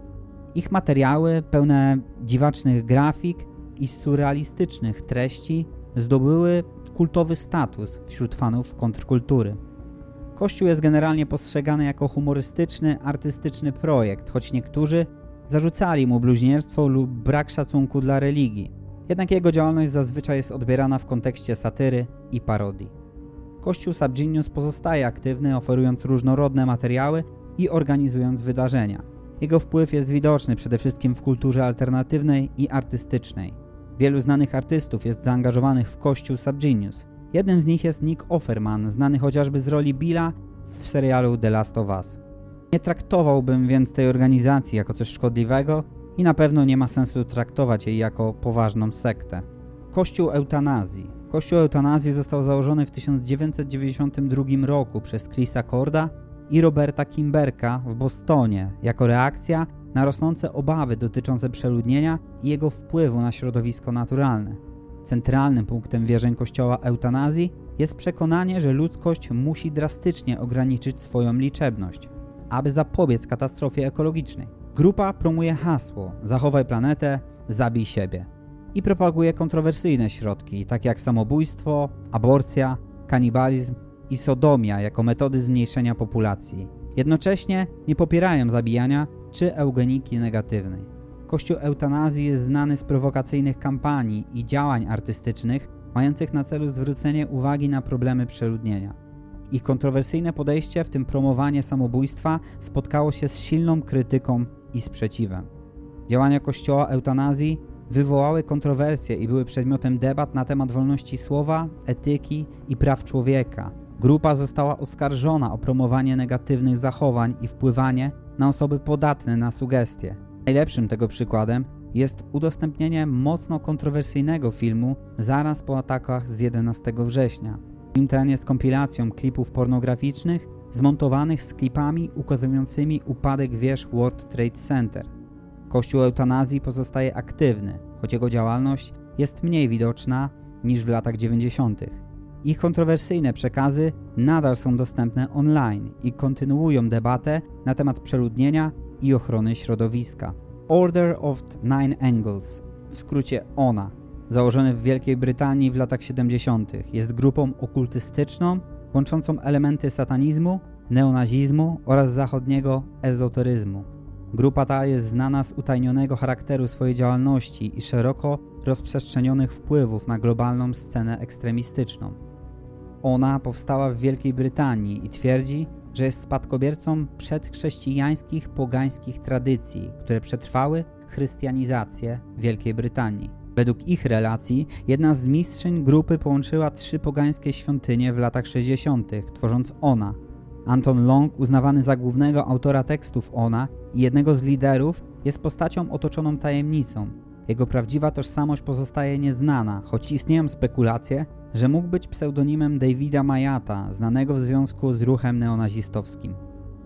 Ich materiały, pełne dziwacznych grafik i surrealistycznych treści, zdobyły kultowy status wśród fanów kontrkultury. Kościół jest generalnie postrzegany jako humorystyczny, artystyczny projekt, choć niektórzy zarzucali mu bluźnierstwo lub brak szacunku dla religii. Jednak jego działalność zazwyczaj jest odbierana w kontekście satyry i parodii. Kościół Subgenius pozostaje aktywny, oferując różnorodne materiały i organizując wydarzenia. Jego wpływ jest widoczny przede wszystkim w kulturze alternatywnej i artystycznej. Wielu znanych artystów jest zaangażowanych w Kościół Subgenius. Jednym z nich jest Nick Offerman, znany chociażby z roli Billa w serialu The Last of Us. Nie traktowałbym więc tej organizacji jako coś szkodliwego i na pewno nie ma sensu traktować jej jako poważną sektę. Kościół eutanazji. Kościół eutanazji został założony w tysiąc dziewięćset dziewięćdziesiątym drugim roku przez Chrisa Corda i Roberta Kimberka w Bostonie jako reakcja na rosnące obawy dotyczące przeludnienia i jego wpływu na środowisko naturalne. Centralnym punktem wierzeń kościoła eutanazji jest przekonanie, że ludzkość musi drastycznie ograniczyć swoją liczebność, aby zapobiec katastrofie ekologicznej. Grupa promuje hasło „Zachowaj planetę, zabij siebie” i propaguje kontrowersyjne środki, takie jak samobójstwo, aborcja, kanibalizm i sodomia jako metody zmniejszenia populacji. Jednocześnie nie popierają zabijania czy eugeniki negatywnej. Kościół eutanazji jest znany z prowokacyjnych kampanii i działań artystycznych mających na celu zwrócenie uwagi na problemy przeludnienia. Ich kontrowersyjne podejście, w tym promowanie samobójstwa, spotkało się z silną krytyką i sprzeciwem. Działania kościoła eutanazji wywołały kontrowersje i były przedmiotem debat na temat wolności słowa, etyki i praw człowieka. Grupa została oskarżona o promowanie negatywnych zachowań i wpływanie na osoby podatne na sugestie. Najlepszym tego przykładem jest udostępnienie mocno kontrowersyjnego filmu zaraz po atakach z jedenastego września. Film ten jest kompilacją klipów pornograficznych zmontowanych z klipami ukazującymi upadek wież World Trade Center. Kościół eutanazji pozostaje aktywny, choć jego działalność jest mniej widoczna niż w latach dziewięćdziesiątych. Ich kontrowersyjne przekazy nadal są dostępne online i kontynuują debatę na temat przeludnienia i ochrony środowiska. Order of Nine Angles, w skrócie O N A, założony w Wielkiej Brytanii w latach siedemdziesiątych, jest grupą okultystyczną, łączącą elementy satanizmu, neonazizmu oraz zachodniego ezoteryzmu. Grupa ta jest znana z utajnionego charakteru swojej działalności i szeroko rozprzestrzenionych wpływów na globalną scenę ekstremistyczną. Ona powstała w Wielkiej Brytanii i twierdzi, że jest spadkobiercą przedchrześcijańskich pogańskich tradycji, które przetrwały chrystianizację Wielkiej Brytanii. Według ich relacji jedna z mistrzyń grupy połączyła trzy pogańskie świątynie w latach sześćdziesiątych, tworząc O N A. Anton Long, uznawany za głównego autora tekstów O N A i jednego z liderów, jest postacią otoczoną tajemnicą. Jego prawdziwa tożsamość pozostaje nieznana, choć istnieją spekulacje, że mógł być pseudonimem Davida Mayata, znanego w związku z ruchem neonazistowskim.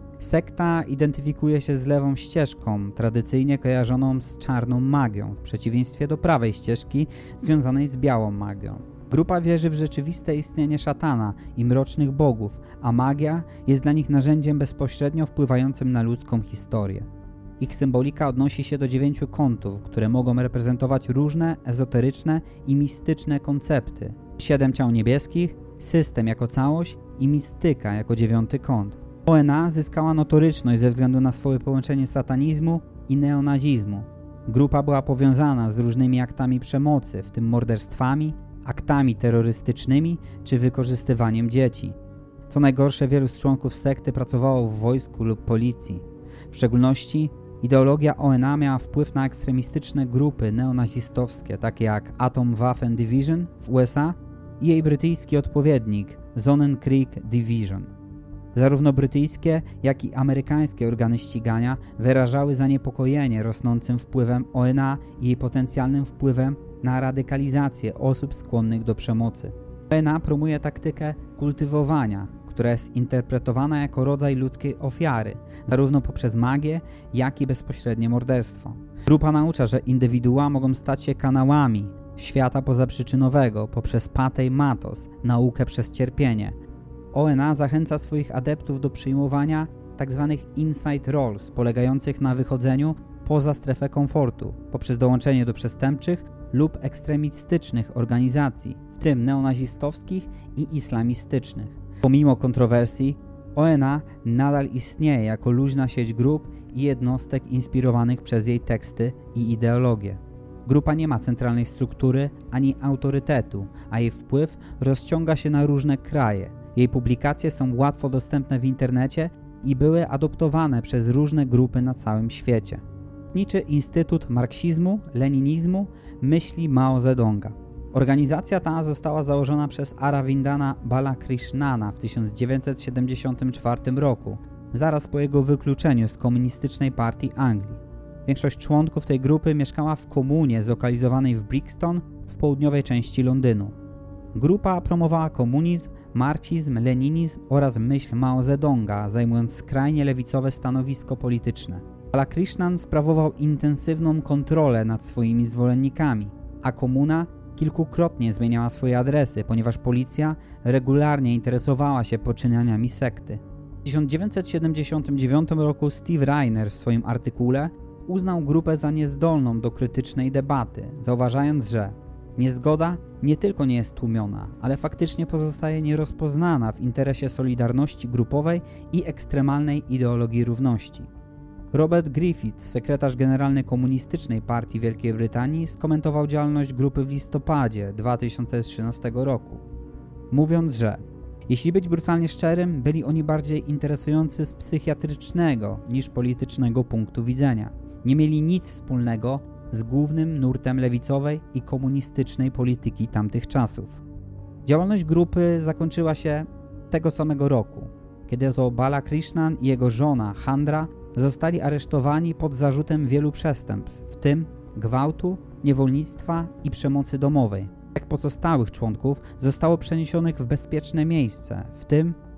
Sekta identyfikuje się z lewą ścieżką, tradycyjnie kojarzoną z czarną magią, w przeciwieństwie do prawej ścieżki związanej z białą magią. Grupa wierzy w rzeczywiste istnienie szatana i mrocznych bogów, a magia jest dla nich narzędziem bezpośrednio wpływającym na ludzką historię. Ich symbolika odnosi się do dziewięciu kątów, które mogą reprezentować różne ezoteryczne i mistyczne koncepty. Siedem ciał niebieskich, system jako całość i mistyka jako dziewiąty kąt. O N A zyskała notoryczność ze względu na swoje połączenie satanizmu i neonazizmu. Grupa była powiązana z różnymi aktami przemocy, w tym morderstwami, aktami terrorystycznymi czy wykorzystywaniem dzieci. Co najgorsze, wielu z członków sekty pracowało w wojsku lub policji. W szczególności ideologia O N A miała wpływ na ekstremistyczne grupy neonazistowskie, takie jak Atomwaffen Division w U S A i jej brytyjski odpowiednik Sonnenkriegs Division. Zarówno brytyjskie, jak i amerykańskie organy ścigania wyrażały zaniepokojenie rosnącym wpływem O N A i jej potencjalnym wpływem na radykalizację osób skłonnych do przemocy. O N A promuje taktykę kultywowania, która jest interpretowana jako rodzaj ludzkiej ofiary, zarówno poprzez magię, jak i bezpośrednie morderstwo. Grupa naucza, że indywidua mogą stać się kanałami świata pozaprzyczynowego poprzez patej matos, naukę przez cierpienie. O N A zachęca swoich adeptów do przyjmowania tzw. inside roles, polegających na wychodzeniu poza strefę komfortu, poprzez dołączenie do przestępczych lub ekstremistycznych organizacji, w tym neonazistowskich i islamistycznych. Pomimo kontrowersji, O N A nadal istnieje jako luźna sieć grup i jednostek inspirowanych przez jej teksty i ideologię. Grupa nie ma centralnej struktury ani autorytetu, a jej wpływ rozciąga się na różne kraje. Jej publikacje są łatwo dostępne w internecie i były adoptowane przez różne grupy na całym świecie. Niczy Instytut Marksizmu, Leninizmu, myśli Mao Zedonga. Organizacja ta została założona przez Aravindana Balakrishnana w tysiąc dziewięćset siedemdziesiątym czwartym roku, zaraz po jego wykluczeniu z Komunistycznej Partii Anglii. Większość członków tej grupy mieszkała w komunie zlokalizowanej w Brixton w południowej części Londynu. Grupa promowała komunizm, marksizm, leninizm oraz myśl Mao Zedonga, zajmując skrajnie lewicowe stanowisko polityczne. Balakrishnan sprawował intensywną kontrolę nad swoimi zwolennikami, a komuna kilkukrotnie zmieniała swoje adresy, ponieważ policja regularnie interesowała się poczynaniami sekty. W tysiąc dziewięćset siedemdziesiątym dziewiątym roku Steve Rainer w swoim artykule uznał grupę za niezdolną do krytycznej debaty, zauważając, że niezgoda nie tylko nie jest tłumiona, ale faktycznie pozostaje nierozpoznana w interesie solidarności grupowej i ekstremalnej ideologii równości. Robert Griffith, sekretarz generalny Komunistycznej Partii Wielkiej Brytanii, skomentował działalność grupy w listopadzie dwa tysiące trzynastego roku, mówiąc, że jeśli być brutalnie szczerym, byli oni bardziej interesujący z psychiatrycznego niż politycznego punktu widzenia. Nie mieli nic wspólnego z głównym nurtem lewicowej i komunistycznej polityki tamtych czasów. Działalność grupy zakończyła się tego samego roku, kiedy to Balakrishnan i jego żona Chandra zostali aresztowani pod zarzutem wielu przestępstw, w tym gwałtu, niewolnictwa i przemocy domowej. Trzech pozostałych członków zostało przeniesionych w bezpieczne miejsce, w tym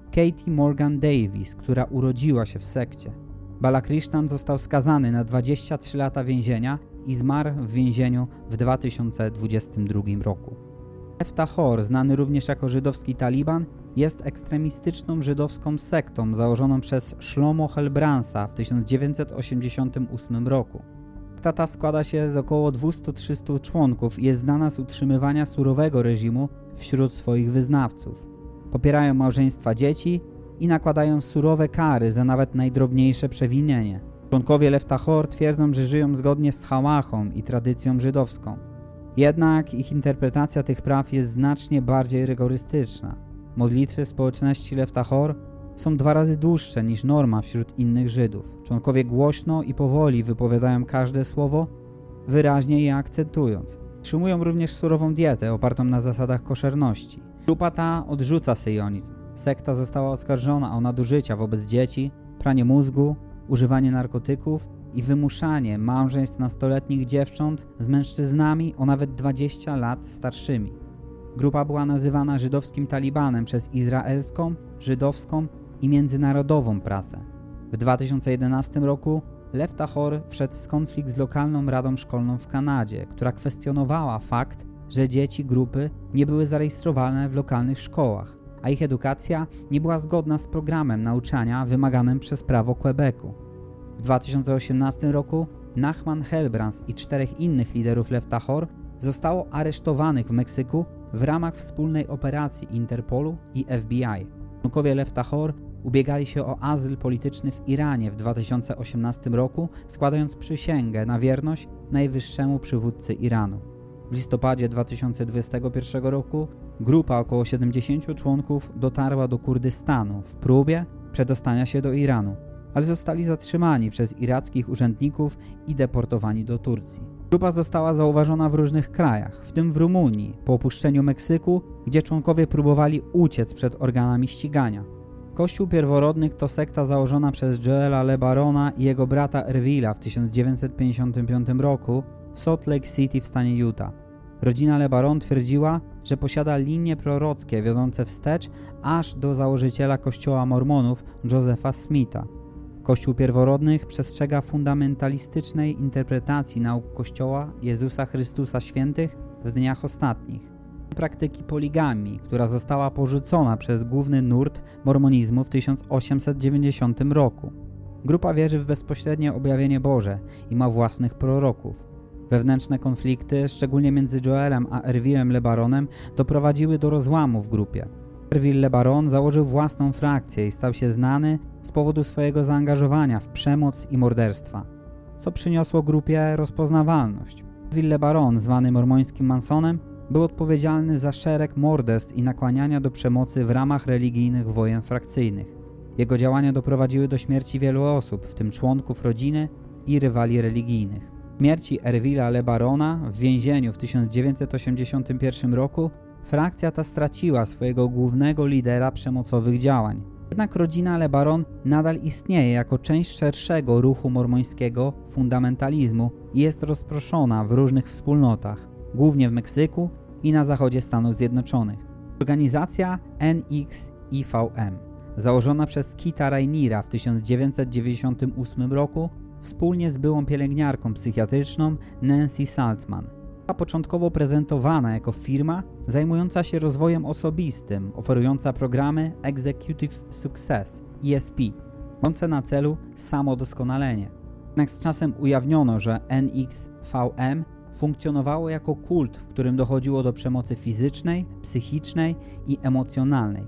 Katie Morgan Davis, która urodziła się w sekcie. Balakrishnan został skazany na dwadzieścia trzy lata więzienia i zmarł w więzieniu w dwa tysiące dwudziestym drugim roku. Lev-Tahor, znany również jako żydowski Taliban, jest ekstremistyczną żydowską sektą założoną przez Shlomo Helbransa w tysiąc dziewięćset osiemdziesiątym ósmym roku. Sekta ta składa się z około dwieście do trzystu członków i jest znana z utrzymywania surowego reżimu wśród swoich wyznawców. Popierają małżeństwa dzieci i nakładają surowe kary za nawet najdrobniejsze przewinienie. Członkowie Lev-Tahor twierdzą, że żyją zgodnie z hałachą i tradycją żydowską. Jednak ich interpretacja tych praw jest znacznie bardziej rygorystyczna. Modlitwy społeczności Lev-Tahor są dwa razy dłuższe niż norma wśród innych Żydów. Członkowie głośno i powoli wypowiadają każde słowo, wyraźnie je akcentując. Trzymują również surową dietę opartą na zasadach koszerności. Grupa ta odrzuca syjonizm. Sekta została oskarżona o nadużycia wobec dzieci, pranie mózgu, używanie narkotyków i wymuszanie małżeństw nastoletnich dziewcząt z mężczyznami o nawet dwadzieścia lat starszymi. Grupa była nazywana żydowskim Talibanem przez izraelską, żydowską i międzynarodową prasę. W dwa tysiące jedenastym roku Lev-Tahor wszedł w konflikt z lokalną radą szkolną w Kanadzie, która kwestionowała fakt, że dzieci grupy nie były zarejestrowane w lokalnych szkołach, a ich edukacja nie była zgodna z programem nauczania wymaganym przez prawo Quebecu. W dwa tysiące osiemnastym roku Nachman Helbrans i czterech innych liderów Lev-Tahor zostało aresztowanych w Meksyku w ramach wspólnej operacji Interpolu i F B I. Członkowie Lev-Tahor ubiegali się o azyl polityczny w Iranie w dwa tysiące osiemnastym roku, składając przysięgę na wierność najwyższemu przywódcy Iranu. W listopadzie dwa tysiące dwudziestego pierwszego roku grupa około siedemdziesięciu członków dotarła do Kurdystanu w próbie przedostania się do Iranu, ale zostali zatrzymani przez irackich urzędników i deportowani do Turcji. Grupa została zauważona w różnych krajach, w tym w Rumunii, po opuszczeniu Meksyku, gdzie członkowie próbowali uciec przed organami ścigania. Kościół pierworodny to sekta założona przez Joela LeBarona i jego brata Erwila w tysiąc dziewięćset pięćdziesiątym piątym roku w Salt Lake City w stanie Utah. Rodzina LeBaron twierdziła, że posiada linie prorockie wiodące wstecz aż do założyciela kościoła mormonów Josepha Smitha. Kościół pierworodnych przestrzega fundamentalistycznej interpretacji nauk Kościoła Jezusa Chrystusa Świętych w dniach ostatnich. Praktyki poligamii, która została porzucona przez główny nurt mormonizmu w tysiąc osiemset dziewięćdziesiątym roku. Grupa wierzy w bezpośrednie objawienie Boże i ma własnych proroków. Wewnętrzne konflikty, szczególnie między Joelem a Erwilem LeBaronem, doprowadziły do rozłamu w grupie. Erwil LeBaron założył własną frakcję i stał się znany z powodu swojego zaangażowania w przemoc i morderstwa, co przyniosło grupie rozpoznawalność. Erwil LeBaron, zwany mormońskim Mansonem, był odpowiedzialny za szereg morderstw i nakłaniania do przemocy w ramach religijnych wojen frakcyjnych. Jego działania doprowadziły do śmierci wielu osób, w tym członków rodziny i rywali religijnych. Śmierci Erwila LeBarona w więzieniu w tysiąc dziewięćset osiemdziesiątym pierwszym roku frakcja ta straciła swojego głównego lidera przemocowych działań. Jednak rodzina LeBaron nadal istnieje jako część szerszego ruchu mormońskiego fundamentalizmu i jest rozproszona w różnych wspólnotach, głównie w Meksyku i na zachodzie Stanów Zjednoczonych. Organizacja N X I V M, założona przez Kita Rainiera w tysiąc dziewięćset dziewięćdziesiątym ósmym roku wspólnie z byłą pielęgniarką psychiatryczną Nancy Saltzman. Była początkowo prezentowana jako firma zajmująca się rozwojem osobistym, oferująca programy Executive Success E S P, mające na celu samodoskonalenie. Jednak z czasem ujawniono, że N X V M funkcjonowało jako kult, w którym dochodziło do przemocy fizycznej, psychicznej i emocjonalnej.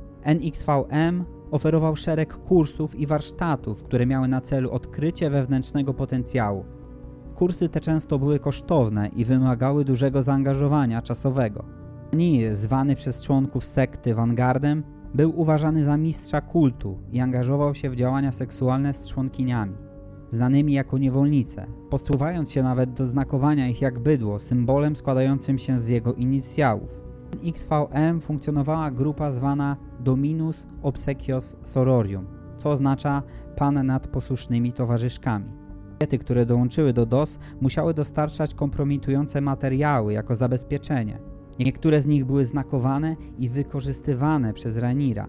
N X V M oferował szereg kursów i warsztatów, które miały na celu odkrycie wewnętrznego potencjału. Kursy te często były kosztowne i wymagały dużego zaangażowania czasowego. Rainier, zwany przez członków sekty Vanguardem, był uważany za mistrza kultu i angażował się w działania seksualne z członkiniami, znanymi jako niewolnice, posuwając się nawet do znakowania ich jak bydło, symbolem składającym się z jego inicjałów. W X V M funkcjonowała grupa zwana Dominus Obsequios Sororium, co oznacza Pan nad posłusznymi towarzyszkami. Kobiety, które dołączyły do D O S, musiały dostarczać kompromitujące materiały jako zabezpieczenie. Niektóre z nich były znakowane i wykorzystywane przez Rainiera.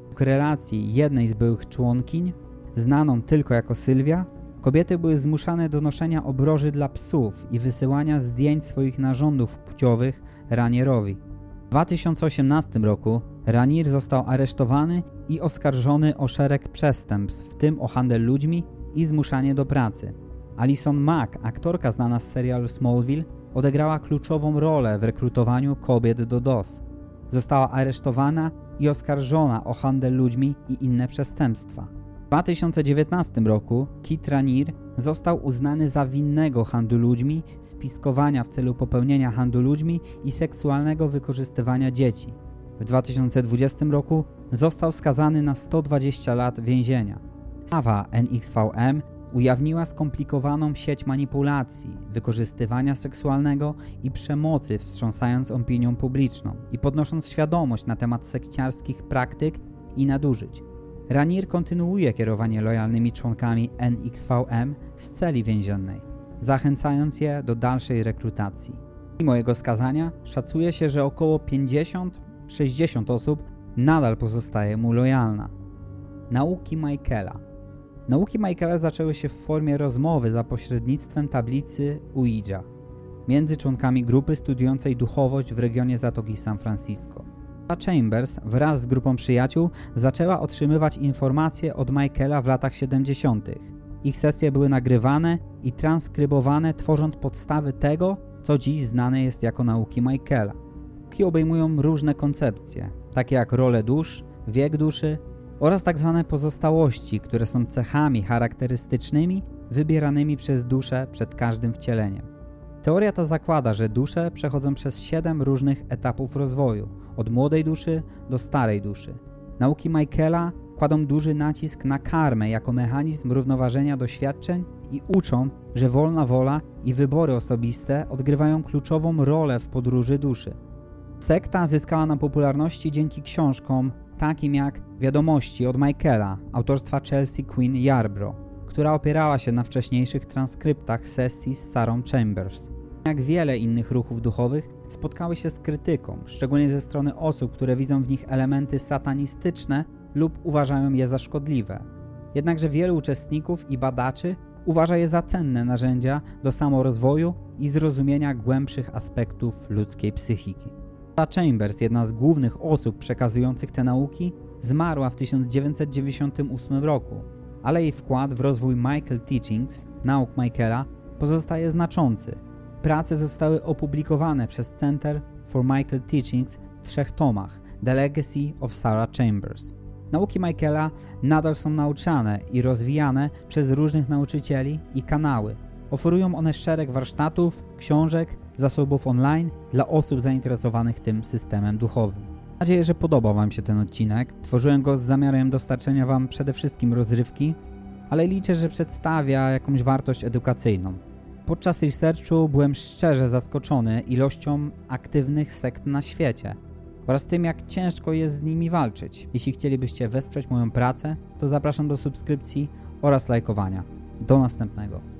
W relacji jednej z byłych członkiń, znaną tylko jako Sylwia, kobiety były zmuszane do noszenia obroży dla psów i wysyłania zdjęć swoich narządów płciowych Ranierowi. W dwa tysiące osiemnastym roku Ranier został aresztowany i oskarżony o szereg przestępstw, w tym o handel ludźmi i zmuszanie do pracy. Alison Mack, aktorka znana z serialu Smallville, odegrała kluczową rolę w rekrutowaniu kobiet do D O S. Została aresztowana i oskarżona o handel ludźmi i inne przestępstwa. W dwa tysiące dziewiętnastym roku Kit Raniere został uznany za winnego handlu ludźmi, spiskowania w celu popełnienia handlu ludźmi i seksualnego wykorzystywania dzieci. W dwa tysiące dwudziestym roku został skazany na sto dwadzieścia lat więzienia. Sprawa N X V M ujawniła skomplikowaną sieć manipulacji, wykorzystywania seksualnego i przemocy, wstrząsając opinią publiczną i podnosząc świadomość na temat sekciarskich praktyk i nadużyć. Raniere kontynuuje kierowanie lojalnymi członkami N X V M z celi więziennej, zachęcając je do dalszej rekrutacji. Mimo jego skazania szacuje się, że około pięćdziesiąt do sześćdziesięciu osób nadal pozostaje mu lojalna. Nauki Michaela. Nauki Michaela zaczęły się w formie rozmowy za pośrednictwem tablicy Ouija między członkami grupy studiującej duchowość w regionie Zatoki San Francisco. Chambers wraz z grupą przyjaciół zaczęła otrzymywać informacje od Michaela w latach siedemdziesiątych. Ich sesje były nagrywane i transkrybowane, tworząc podstawy tego, co dziś znane jest jako nauki Michaela. Nauki obejmują różne koncepcje, takie jak rolę dusz, wiek duszy oraz tak zwane pozostałości, które są cechami charakterystycznymi wybieranymi przez duszę przed każdym wcieleniem. Teoria ta zakłada, że dusze przechodzą przez siedem różnych etapów rozwoju, od młodej duszy do starej duszy. Nauki Michaela kładą duży nacisk na karmę jako mechanizm równoważenia doświadczeń i uczą, że wolna wola i wybory osobiste odgrywają kluczową rolę w podróży duszy. Sekta zyskała na popularności dzięki książkom takim jak Wiadomości od Michaela autorstwa Chelsea Queen Yarbrough, która opierała się na wcześniejszych transkryptach sesji z Sarah Chambers. Jak wiele innych ruchów duchowych, spotkały się z krytyką, szczególnie ze strony osób, które widzą w nich elementy satanistyczne lub uważają je za szkodliwe. Jednakże wielu uczestników i badaczy uważa je za cenne narzędzia do samorozwoju i zrozumienia głębszych aspektów ludzkiej psychiki. Sarah Chambers, jedna z głównych osób przekazujących te nauki, zmarła w tysiąc dziewięćset dziewięćdziesiątym ósmym roku, ale jej wkład w rozwój Michael Teachings, nauk Michaela, pozostaje znaczący. Prace zostały opublikowane przez Center for Michael Teachings w trzech tomach The Legacy of Sarah Chambers. Nauki Michaela nadal są nauczane i rozwijane przez różnych nauczycieli i kanały. Oferują one szereg warsztatów, książek, zasobów online dla osób zainteresowanych tym systemem duchowym. Mam nadzieję, że podobał Wam się ten odcinek. Tworzyłem go z zamiarem dostarczenia Wam przede wszystkim rozrywki, ale liczę, że przedstawia jakąś wartość edukacyjną. Podczas researchu byłem szczerze zaskoczony ilością aktywnych sekt na świecie oraz tym, jak ciężko jest z nimi walczyć. Jeśli chcielibyście wesprzeć moją pracę, to zapraszam do subskrypcji oraz lajkowania. Do następnego.